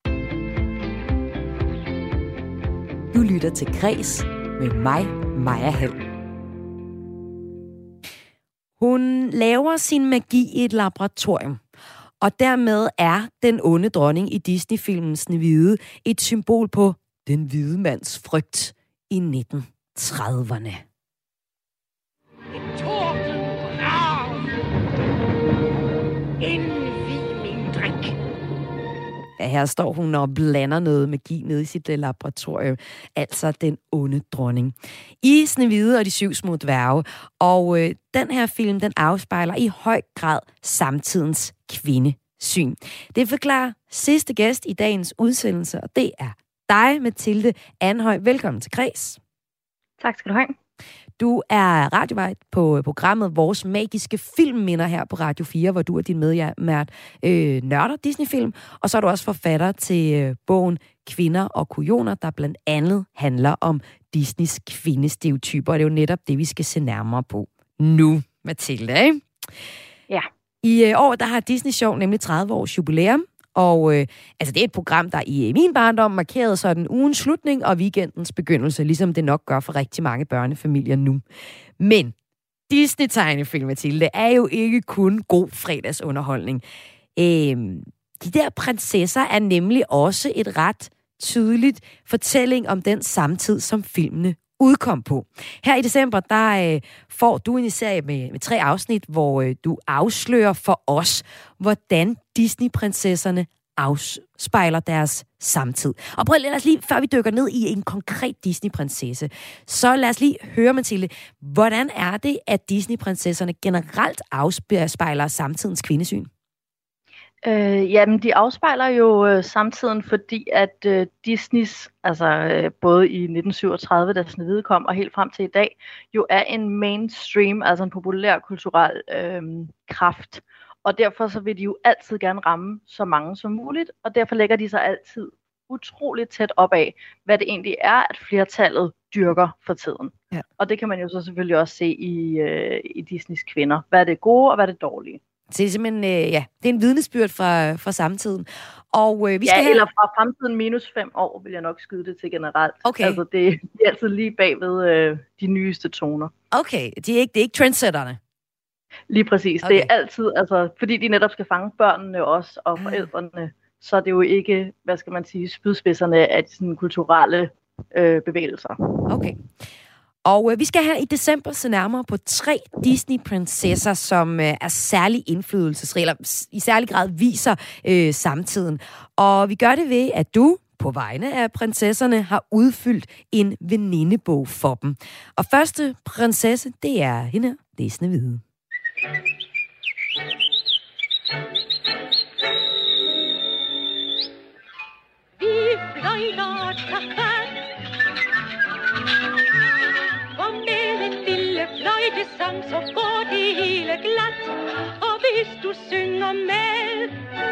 Du lytter til Kreds med mig, Maja Hall. Hun laver sin magi i et laboratorium. Og dermed er den onde dronning i Disney-filmen Snehvide et symbol på den hvide mands frygt i 1930'erne. Et tordenbrag. Indvig min drik. Ja, her står hun og blander noget magi nede i sit laboratorium. Altså den onde dronning. I Snehvide og de 7 små dværge. Og den her film, den afspejler i høj grad samtidens kvindesyn. Det forklarer sidste gæst i dagens udsendelse, og det er dig, Mathilde Anhøj. Velkommen til Kreds. Tak skal du have. Du er radiovært på programmet Vores Magiske Filmminder her på Radio 4, hvor du er din medvært nørder Disney-film, og så er du også forfatter til bogen Kvinder og Kujoner, der blandt andet handler om Disneys kvindestereotyper, og det er jo netop det, vi skal se nærmere på nu, Mathilde, ikke? Ja. I år, der har Disney Sjov nemlig 30 års jubilæum, og det er et program, der i min barndom markerede sådan ugens slutning og weekendens begyndelse, ligesom det nok gør for rigtig mange børnefamilier nu. Men Disney-tegnefilm, Mathilde, er jo ikke kun god fredagsunderholdning. De der prinsesser er nemlig også et ret tydeligt fortælling om den samtid, som filmene udkom på. Her i december, der får du en serie med 3 afsnit, hvor du afslører for os, hvordan Disney-prinsesserne afspejler deres samtid. Og prøv lige, før vi dykker ned i en konkret Disney-prinsesse, så lad os lige høre, Mathilde, hvordan er det, at Disney-prinsesserne generelt afspejler samtidens kvindesyn? Jamen, de afspejler jo samtiden, fordi at Disneys, både i 1937, da Snehvide kom, og helt frem til i dag, jo er en mainstream, altså en populær kulturel kraft. Og derfor så vil de jo altid gerne ramme så mange som muligt, og derfor lægger de sig altid utroligt tæt op af, hvad det egentlig er, at flertallet dyrker for tiden. Ja. Og det kan man jo så selvfølgelig også se i Disneys kvinder. Hvad er det gode, og hvad er det dårlige? Så det er simpelthen, det er en vidnesbyrd fra samtiden. Og vi skal eller fra fremtiden minus 5 år, vil jeg nok skyde det til generelt. Okay. Altså, det er altid lige bagved de nyeste toner. Okay, det er ikke trendsetterne? Lige præcis. Okay. Det er altid, fordi de netop skal fange børnene også, og forældrene, så er det jo ikke, spydspidserne af de sådan kulturelle bevægelser. Okay. Og vi skal her i december se nærmere på 3 Disney-prinsesser, som er særlig indflydelsesrige, eller i særlig grad viser samtiden. Og vi gør det ved, at du på vegne af prinsesserne har udfyldt en venindebog for dem. Og første prinsesse, det er hende, det er Snehvide. Vi fløjter sammen, og med en lille fløjtesang, så går det hele glat. Og hvis du synger med...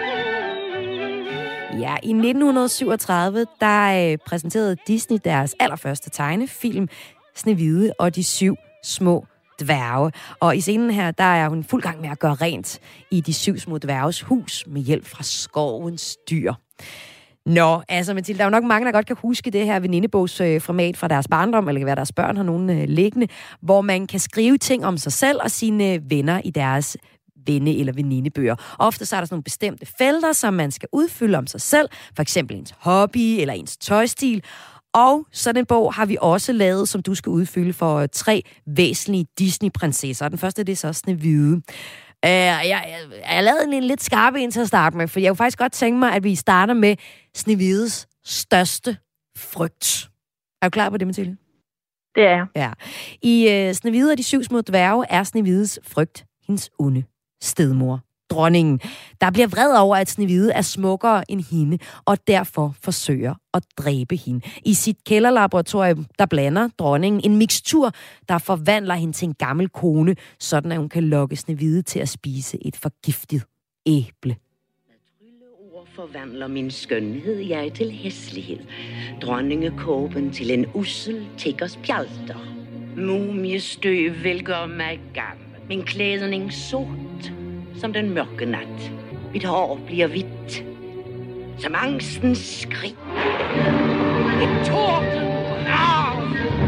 Ja, i 1937, der præsenterede Disney deres allerførste tegnefilm, Snehvide og de 7 små dværge. Og i scenen her, der er hun fuld gang med at gøre rent i de 7 små dværges hus med hjælp fra skovens dyr. Nå, Mathilde, der er jo nok mange, der godt kan huske det her venindebogsformat fra deres barndom, eller det kan være, deres børn har nogen liggende, hvor man kan skrive ting om sig selv og sine venner i deres venne- eller venindebøger. Ofte så er der sådan nogle bestemte felter, som man skal udfylde om sig selv, for eksempel ens hobby eller ens tøjstil. Og sådan en bog har vi også lavet, som du skal udfylde for 3 væsentlige Disney-prinsesser. Den første, det er så Snehvide. Jeg lavede en lidt skarpe ind til at starte med, for jeg kunne faktisk godt tænke mig, at vi starter med Snehvides største frygt. Er du klar på det, Mathilde? Det er jeg. Ja. I Snehvide og de 7 små dværge er Snehvides frygt hendes onde stedmor, dronningen, der bliver vred over, at Snehvide er smukkere end hende, og derfor forsøger at dræbe hende. I sit kælderlaboratorium, der blander dronningen en mikstur, der forvandler hende til en gammel kone, sådan at hun kan lokke Snehvide til at spise et forgiftet æble. Trylleord forvandler min skønhed jeg til hæslighed, dronningekåben til en ussel tiggers pjalter. Mumiestøv vil gøre mig gammel, min klædning sort som den mørke nat. Mit hår bliver hvidt, som angstens skrig. Et torden brav.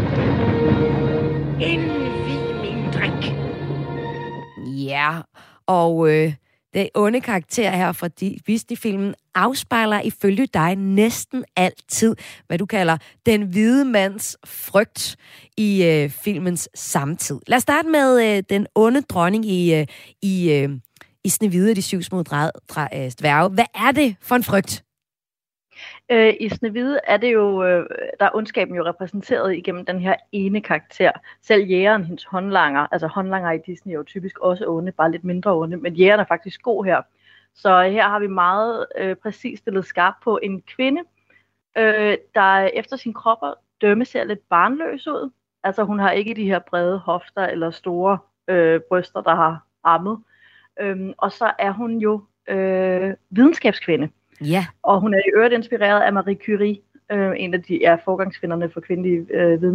Indvig min drik. Ja, og det onde karakter her fra Disney-filmen afspejler ifølge dig næsten altid, hvad du kalder den hvide mands frygt i filmens samtid. Lad os starte med den onde dronning i Snehvide og de 7 små dværge. Hvad er det for en frygt? I Snehvide er det jo, der er ondskaben jo repræsenteret igennem den her ene karakter. Selv jægeren, hendes håndlanger, altså håndlanger i Disney er jo typisk også onde, bare lidt mindre onde, men jægeren er faktisk god her. Så her har vi meget præcist stillet skarp på en kvinde, der efter sin krop dømme ser lidt barnløs ud. Altså hun har ikke de her brede hofter eller store bryster, der har ammet. Og så er hun jo videnskabsskvinde. Ja. Og hun er i øvrigt inspireret af Marie Curie, en af de forgangskvinderne for kvindelige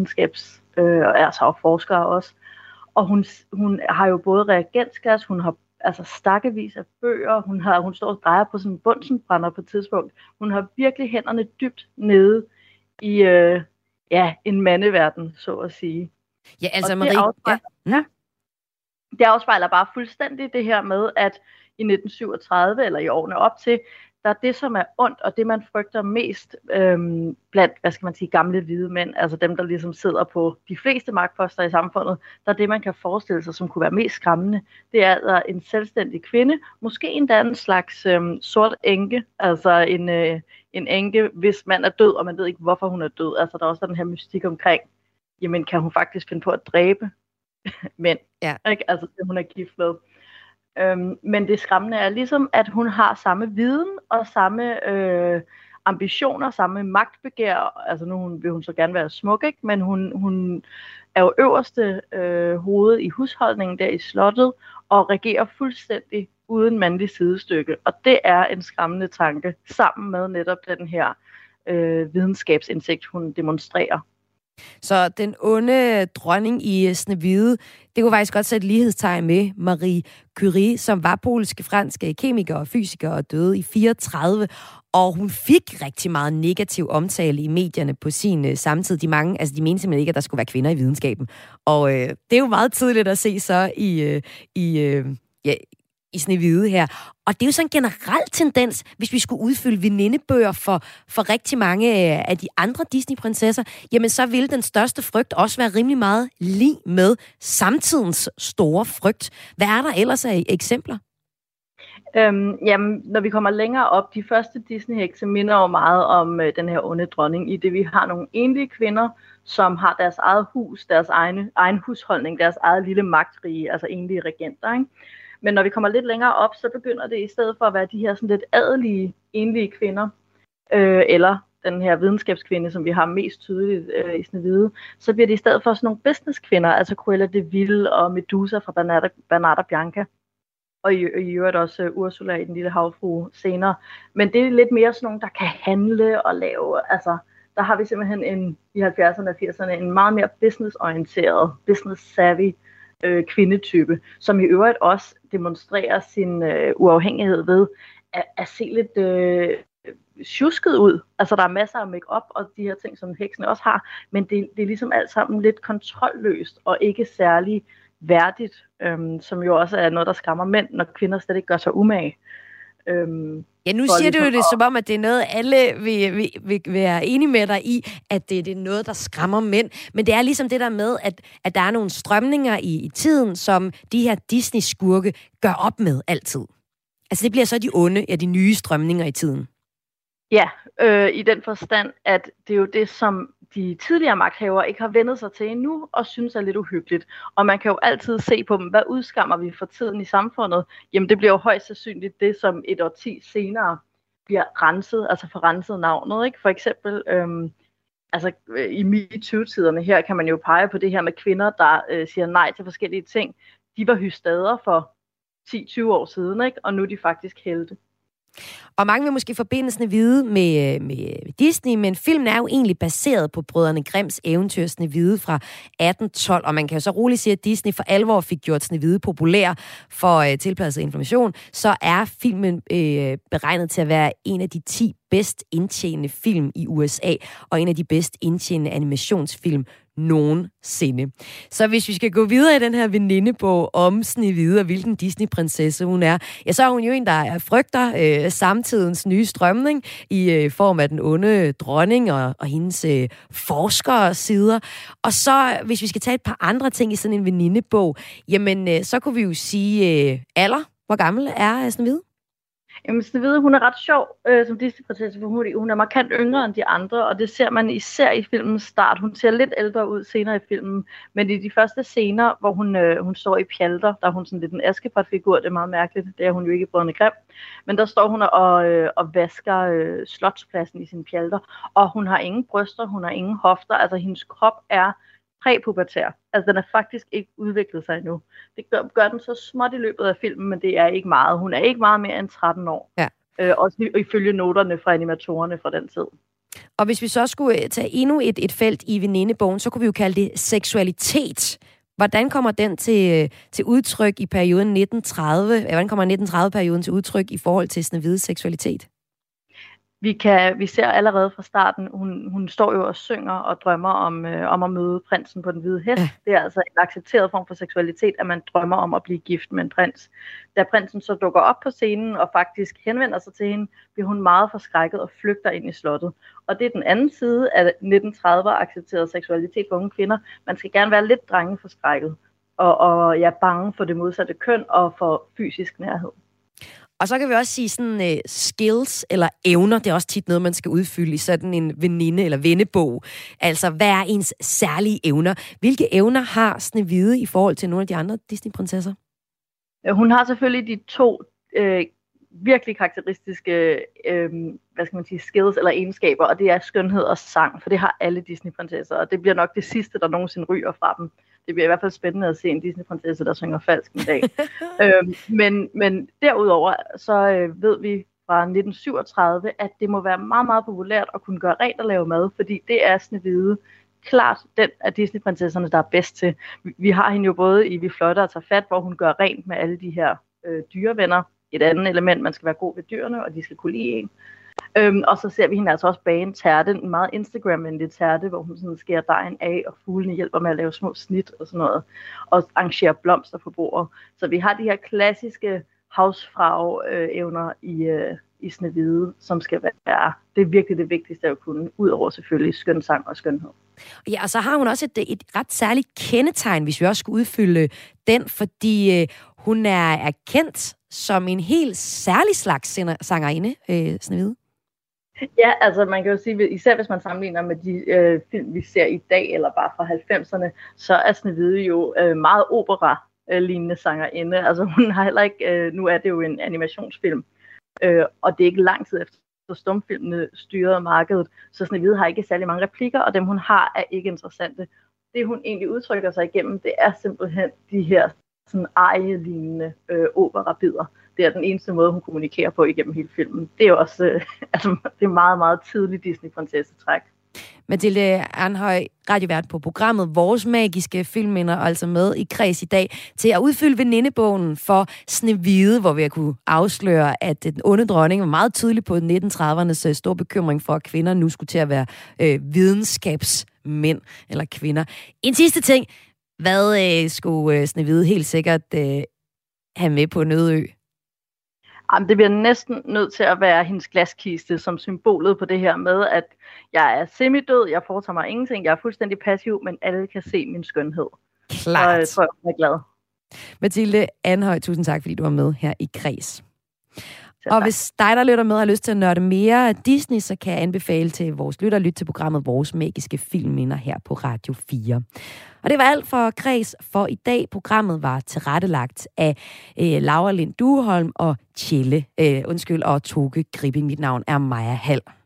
og forskere også. Og hun har jo både reagensglas, hun har altså stakkevis af bøger, hun står og drejer på sådan en bunsenbrænder på et tidspunkt. Hun har virkelig hænderne dybt nede i en mandeverden, så at sige. Ja, altså Marie... Det afspejler bare fuldstændig det her med, at i 1937, eller i årene op til, der er det, som er ondt, og det, man frygter mest blandt, gamle hvide mænd, altså dem, der ligesom sidder på de fleste magtposter i samfundet, der er det, man kan forestille sig, som kunne være mest skræmmende. Det er altså en selvstændig kvinde, måske endda en slags sort enke, altså en enke, hvis mand er død, og man ved ikke, hvorfor hun er død. Altså der er også den her mystik omkring, jamen kan hun faktisk finde på at dræbe mænd, ikke? Altså det, hun er gift med. Men det skræmmende er ligesom, at hun har samme viden og samme ambitioner, samme magtbegær. Altså nu vil hun så gerne være smuk, ikke? Men hun er jo øverste hoved i husholdningen der i slottet og regerer fuldstændig uden mandlig sidestykke. Og det er en skræmmende tanke, sammen med netop den her videnskabsindsigt, hun demonstrerer. Så den onde dronning i Snehvide, det kunne faktisk godt sætte lighedstegn med Marie Curie, som var polsk-fransk kemiker og fysiker og døde i 34. Og hun fik rigtig meget negativ omtale i medierne på sin samtid. De mente simpelthen ikke, at der skulle være kvinder i videnskaben. Og det er jo meget tydeligt at se så i Snehvide her. Og det er jo sådan en generel tendens, hvis vi skulle udfylde venindebøger for rigtig mange af de andre Disney-prinsesser, jamen så ville den største frygt også være rimelig meget lig med samtidens store frygt. Hvad er der ellers af eksempler? Jamen, når vi kommer længere op, de første Disney-hekse minder jo meget om den her onde dronning, i det vi har nogle enlige kvinder, som har deres eget hus, deres egen husholdning, deres eget lille magtrige, altså enlige regenter, ikke? Men når vi kommer lidt længere op, så begynder det i stedet for at være de her sådan lidt adelige, enlige kvinder, eller den her videnskabskvinde, som vi har mest tydeligt i Snehvide, så bliver det i stedet for sådan nogle businesskvinder, altså Cruella de Vil og Medusa fra Bernarda Bianca, og i øvrigt også Ursula i Den Lille Havfrue senere. Men det er lidt mere sådan nogle, der kan handle og lave, altså der har vi simpelthen i 70'erne og 80'erne en meget mere businessorienteret, business-savvy kvindetype, som i øvrigt også demonstrerer sin uafhængighed ved at se lidt tjusket ud. Altså der er masser af make-up og de her ting, som heksene også har, men det er ligesom alt sammen lidt kontrolløst og ikke særlig værdigt, som jo også er noget, der skræmmer mænd, når kvinder slet ikke gør sig umage. Ja, nu siger du jo det som om, at det er noget, alle vil være enige med dig i, at det er noget, der skræmmer mænd. Men det er ligesom det der med, at der er nogle strømninger i tiden, som de her Disney-skurke gør op med altid. Altså det bliver så de onde, de nye strømninger i tiden. Ja, i den forstand, at det er jo det, som de tidligere magthavere ikke har vendet sig til endnu, og synes er lidt uhyggeligt. Og man kan jo altid se på dem, hvad udskammer vi for tiden i samfundet? Jamen det bliver jo højst sandsynligt det, som et årti senere bliver renset, altså forrenset navnet. Ikke? For eksempel i MeToo-tiderne her kan man jo pege på det her med kvinder, der siger nej til forskellige ting. De var hystader for 10-20 år siden, ikke? Og nu er de faktisk helte. Og mange vil måske forbinde Snehvide med Disney, men filmen er jo egentlig baseret på Brødrene Grimms eventyr Snehvide fra 1812, og man kan jo så roligt sige, at Disney for alvor fik gjort Snehvide populær for tilpasset information, så er filmen beregnet til at være en af de 10 bedst indtjenende film i USA, og en af de bedst indtjenende animationsfilm nogensinde. Så hvis vi skal gå videre i den her venindebog om Snehvide og hvilken Disney-prinsesse hun er, ja, så er hun jo en, der frygter samtidens nye strømning i form af den onde dronning og hendes forskersider. Og så, hvis vi skal tage et par andre ting i sådan en venindebog, jamen, så kunne vi jo sige alder. Hvor gammel er Snehvide? Jamen, Snehvide, hun er ret sjov som Disney-prinsesse, for hun er markant yngre end de andre, og det ser man især i filmens start. Hun ser lidt ældre ud senere i filmen, men i de første scener, hvor hun står i pjalter, der er hun sådan lidt en Askepot-figur, det er meget mærkeligt, det er hun jo ikke i Brødrene Grimm, men der står hun og vasker slotspladsen i sine pjalter, og hun har ingen bryster, hun har ingen hofter, altså hendes krop er præpubertær. Altså, den er faktisk ikke udviklet sig endnu. Det gør den så småt i løbet af filmen, men det er ikke meget. Hun er ikke meget mere end 13 år. Ja. Også ifølge noterne fra animatorerne fra den tid. Og hvis vi så skulle tage endnu et felt i venindebogen, så kunne vi jo kalde det seksualitet. Hvordan kommer den til udtryk i perioden 1930? Hvordan kommer 1930-perioden til udtryk i forhold til Snehvides seksualitet? Vi ser allerede fra starten, hun står jo og synger og drømmer om at møde prinsen på den hvide hest. Det er altså en accepteret form for seksualitet, at man drømmer om at blive gift med en prins. Da prinsen så dukker op på scenen og faktisk henvender sig til hende, bliver hun meget forskrækket og flygter ind i slottet. Og det er den anden side af 1930'er accepteret seksualitet for unge kvinder. Man skal gerne være lidt drengeforskrækket og bange for det modsatte køn og for fysisk nærhed. Og så kan vi også sige sådan skills eller evner, det er også tit noget, man skal udfylde i sådan en veninde- eller vennebog. Altså, hvad er ens særlige evner? Hvilke evner har Snehvide i forhold til nogle af de andre Disney-prinsesser? Hun har selvfølgelig de 2 virkelig karakteristiske skills eller egenskaber, og det er skønhed og sang, for det har alle Disney-prinsesser, og det bliver nok det sidste, der nogensinde ryger fra dem. Det bliver i hvert fald spændende at se en Disney-prinsesse, der synger falsk en dag. Men derudover, så ved vi fra 1937, at det må være meget, meget populært at kunne gøre rent og lave mad, fordi det er Snehvide klart den af Disney-prinsesserne, der er bedst til. Vi har hende jo både i Vi Flotte og Tager Fat, hvor hun gør rent med alle de her dyrevenner. Et andet element, man skal være god ved dyrene, og de skal kunne lide en. Og så ser vi hende altså også bage en tærte, en meget Instagram-venlig tærte, hvor hun sådan skærer dejen af, og fuglene hjælper med at lave små snit og sådan noget, og arrangerer blomster på bordet. Så vi har de her klassiske havsfrau-evner i Snehvide, som skal være det er virkelig det vigtigste at kunne, udover selvfølgelig skønsang og skønhed. Ja, og så har hun også et ret særligt kendetegn, hvis vi også skulle udfylde den, fordi hun er kendt som en helt særlig slags sangerinde, Snehvide. Ja, altså man kan jo sige, især hvis man sammenligner med de film, vi ser i dag, eller bare fra 90'erne, så er Snehvide jo meget opera-lignende sangerinde. Altså hun har heller ikke, nu er det jo en animationsfilm, og det er ikke lang tid efter stumfilmene styrede markedet, så Snehvide har ikke særlig mange replikker, og dem hun har er ikke interessante. Det hun egentlig udtrykker sig igennem, det er simpelthen de her sådan arie-lignende operabider. Det er den eneste måde, hun kommunikerer på igennem hele filmen. Det er også det er meget, meget tidligt Disney-prinsessetræk. Mathilde Arnhøj, radiovært på programmet Vores Magiske Filmminder, altså med i kreds i dag til at udfylde venindebogen for Snehvide, hvor vi kunne afsløre, at den onde dronning var meget tydelig på 1930'ernes store bekymring for, at kvinder nu skulle til at være videnskabsmænd eller kvinder. En sidste ting. Hvad skulle Snehvide helt sikkert have med på Nødø? Jamen, det bliver næsten nødt til at være hendes glaskiste som symbolet på det her med, at jeg er semidød, jeg foretager mig ingenting, jeg er fuldstændig passiv, men alle kan se min skønhed. Klart. Og jeg tror, jeg er glad. Mathilde Anhøj, tusind tak, fordi du var med her i Kreds. Og hvis dig, der lytter med, har lyst til at nørde mere af Disney, så kan jeg anbefale til vores lytter at lytte til programmet Vores Magiske Filmminder her på Radio 4. Og det var alt for Kreds for i dag. Programmet var tilrettelagt af Laura Lind Dueholm og og Toge Gripping. Mit navn er Maja Hall.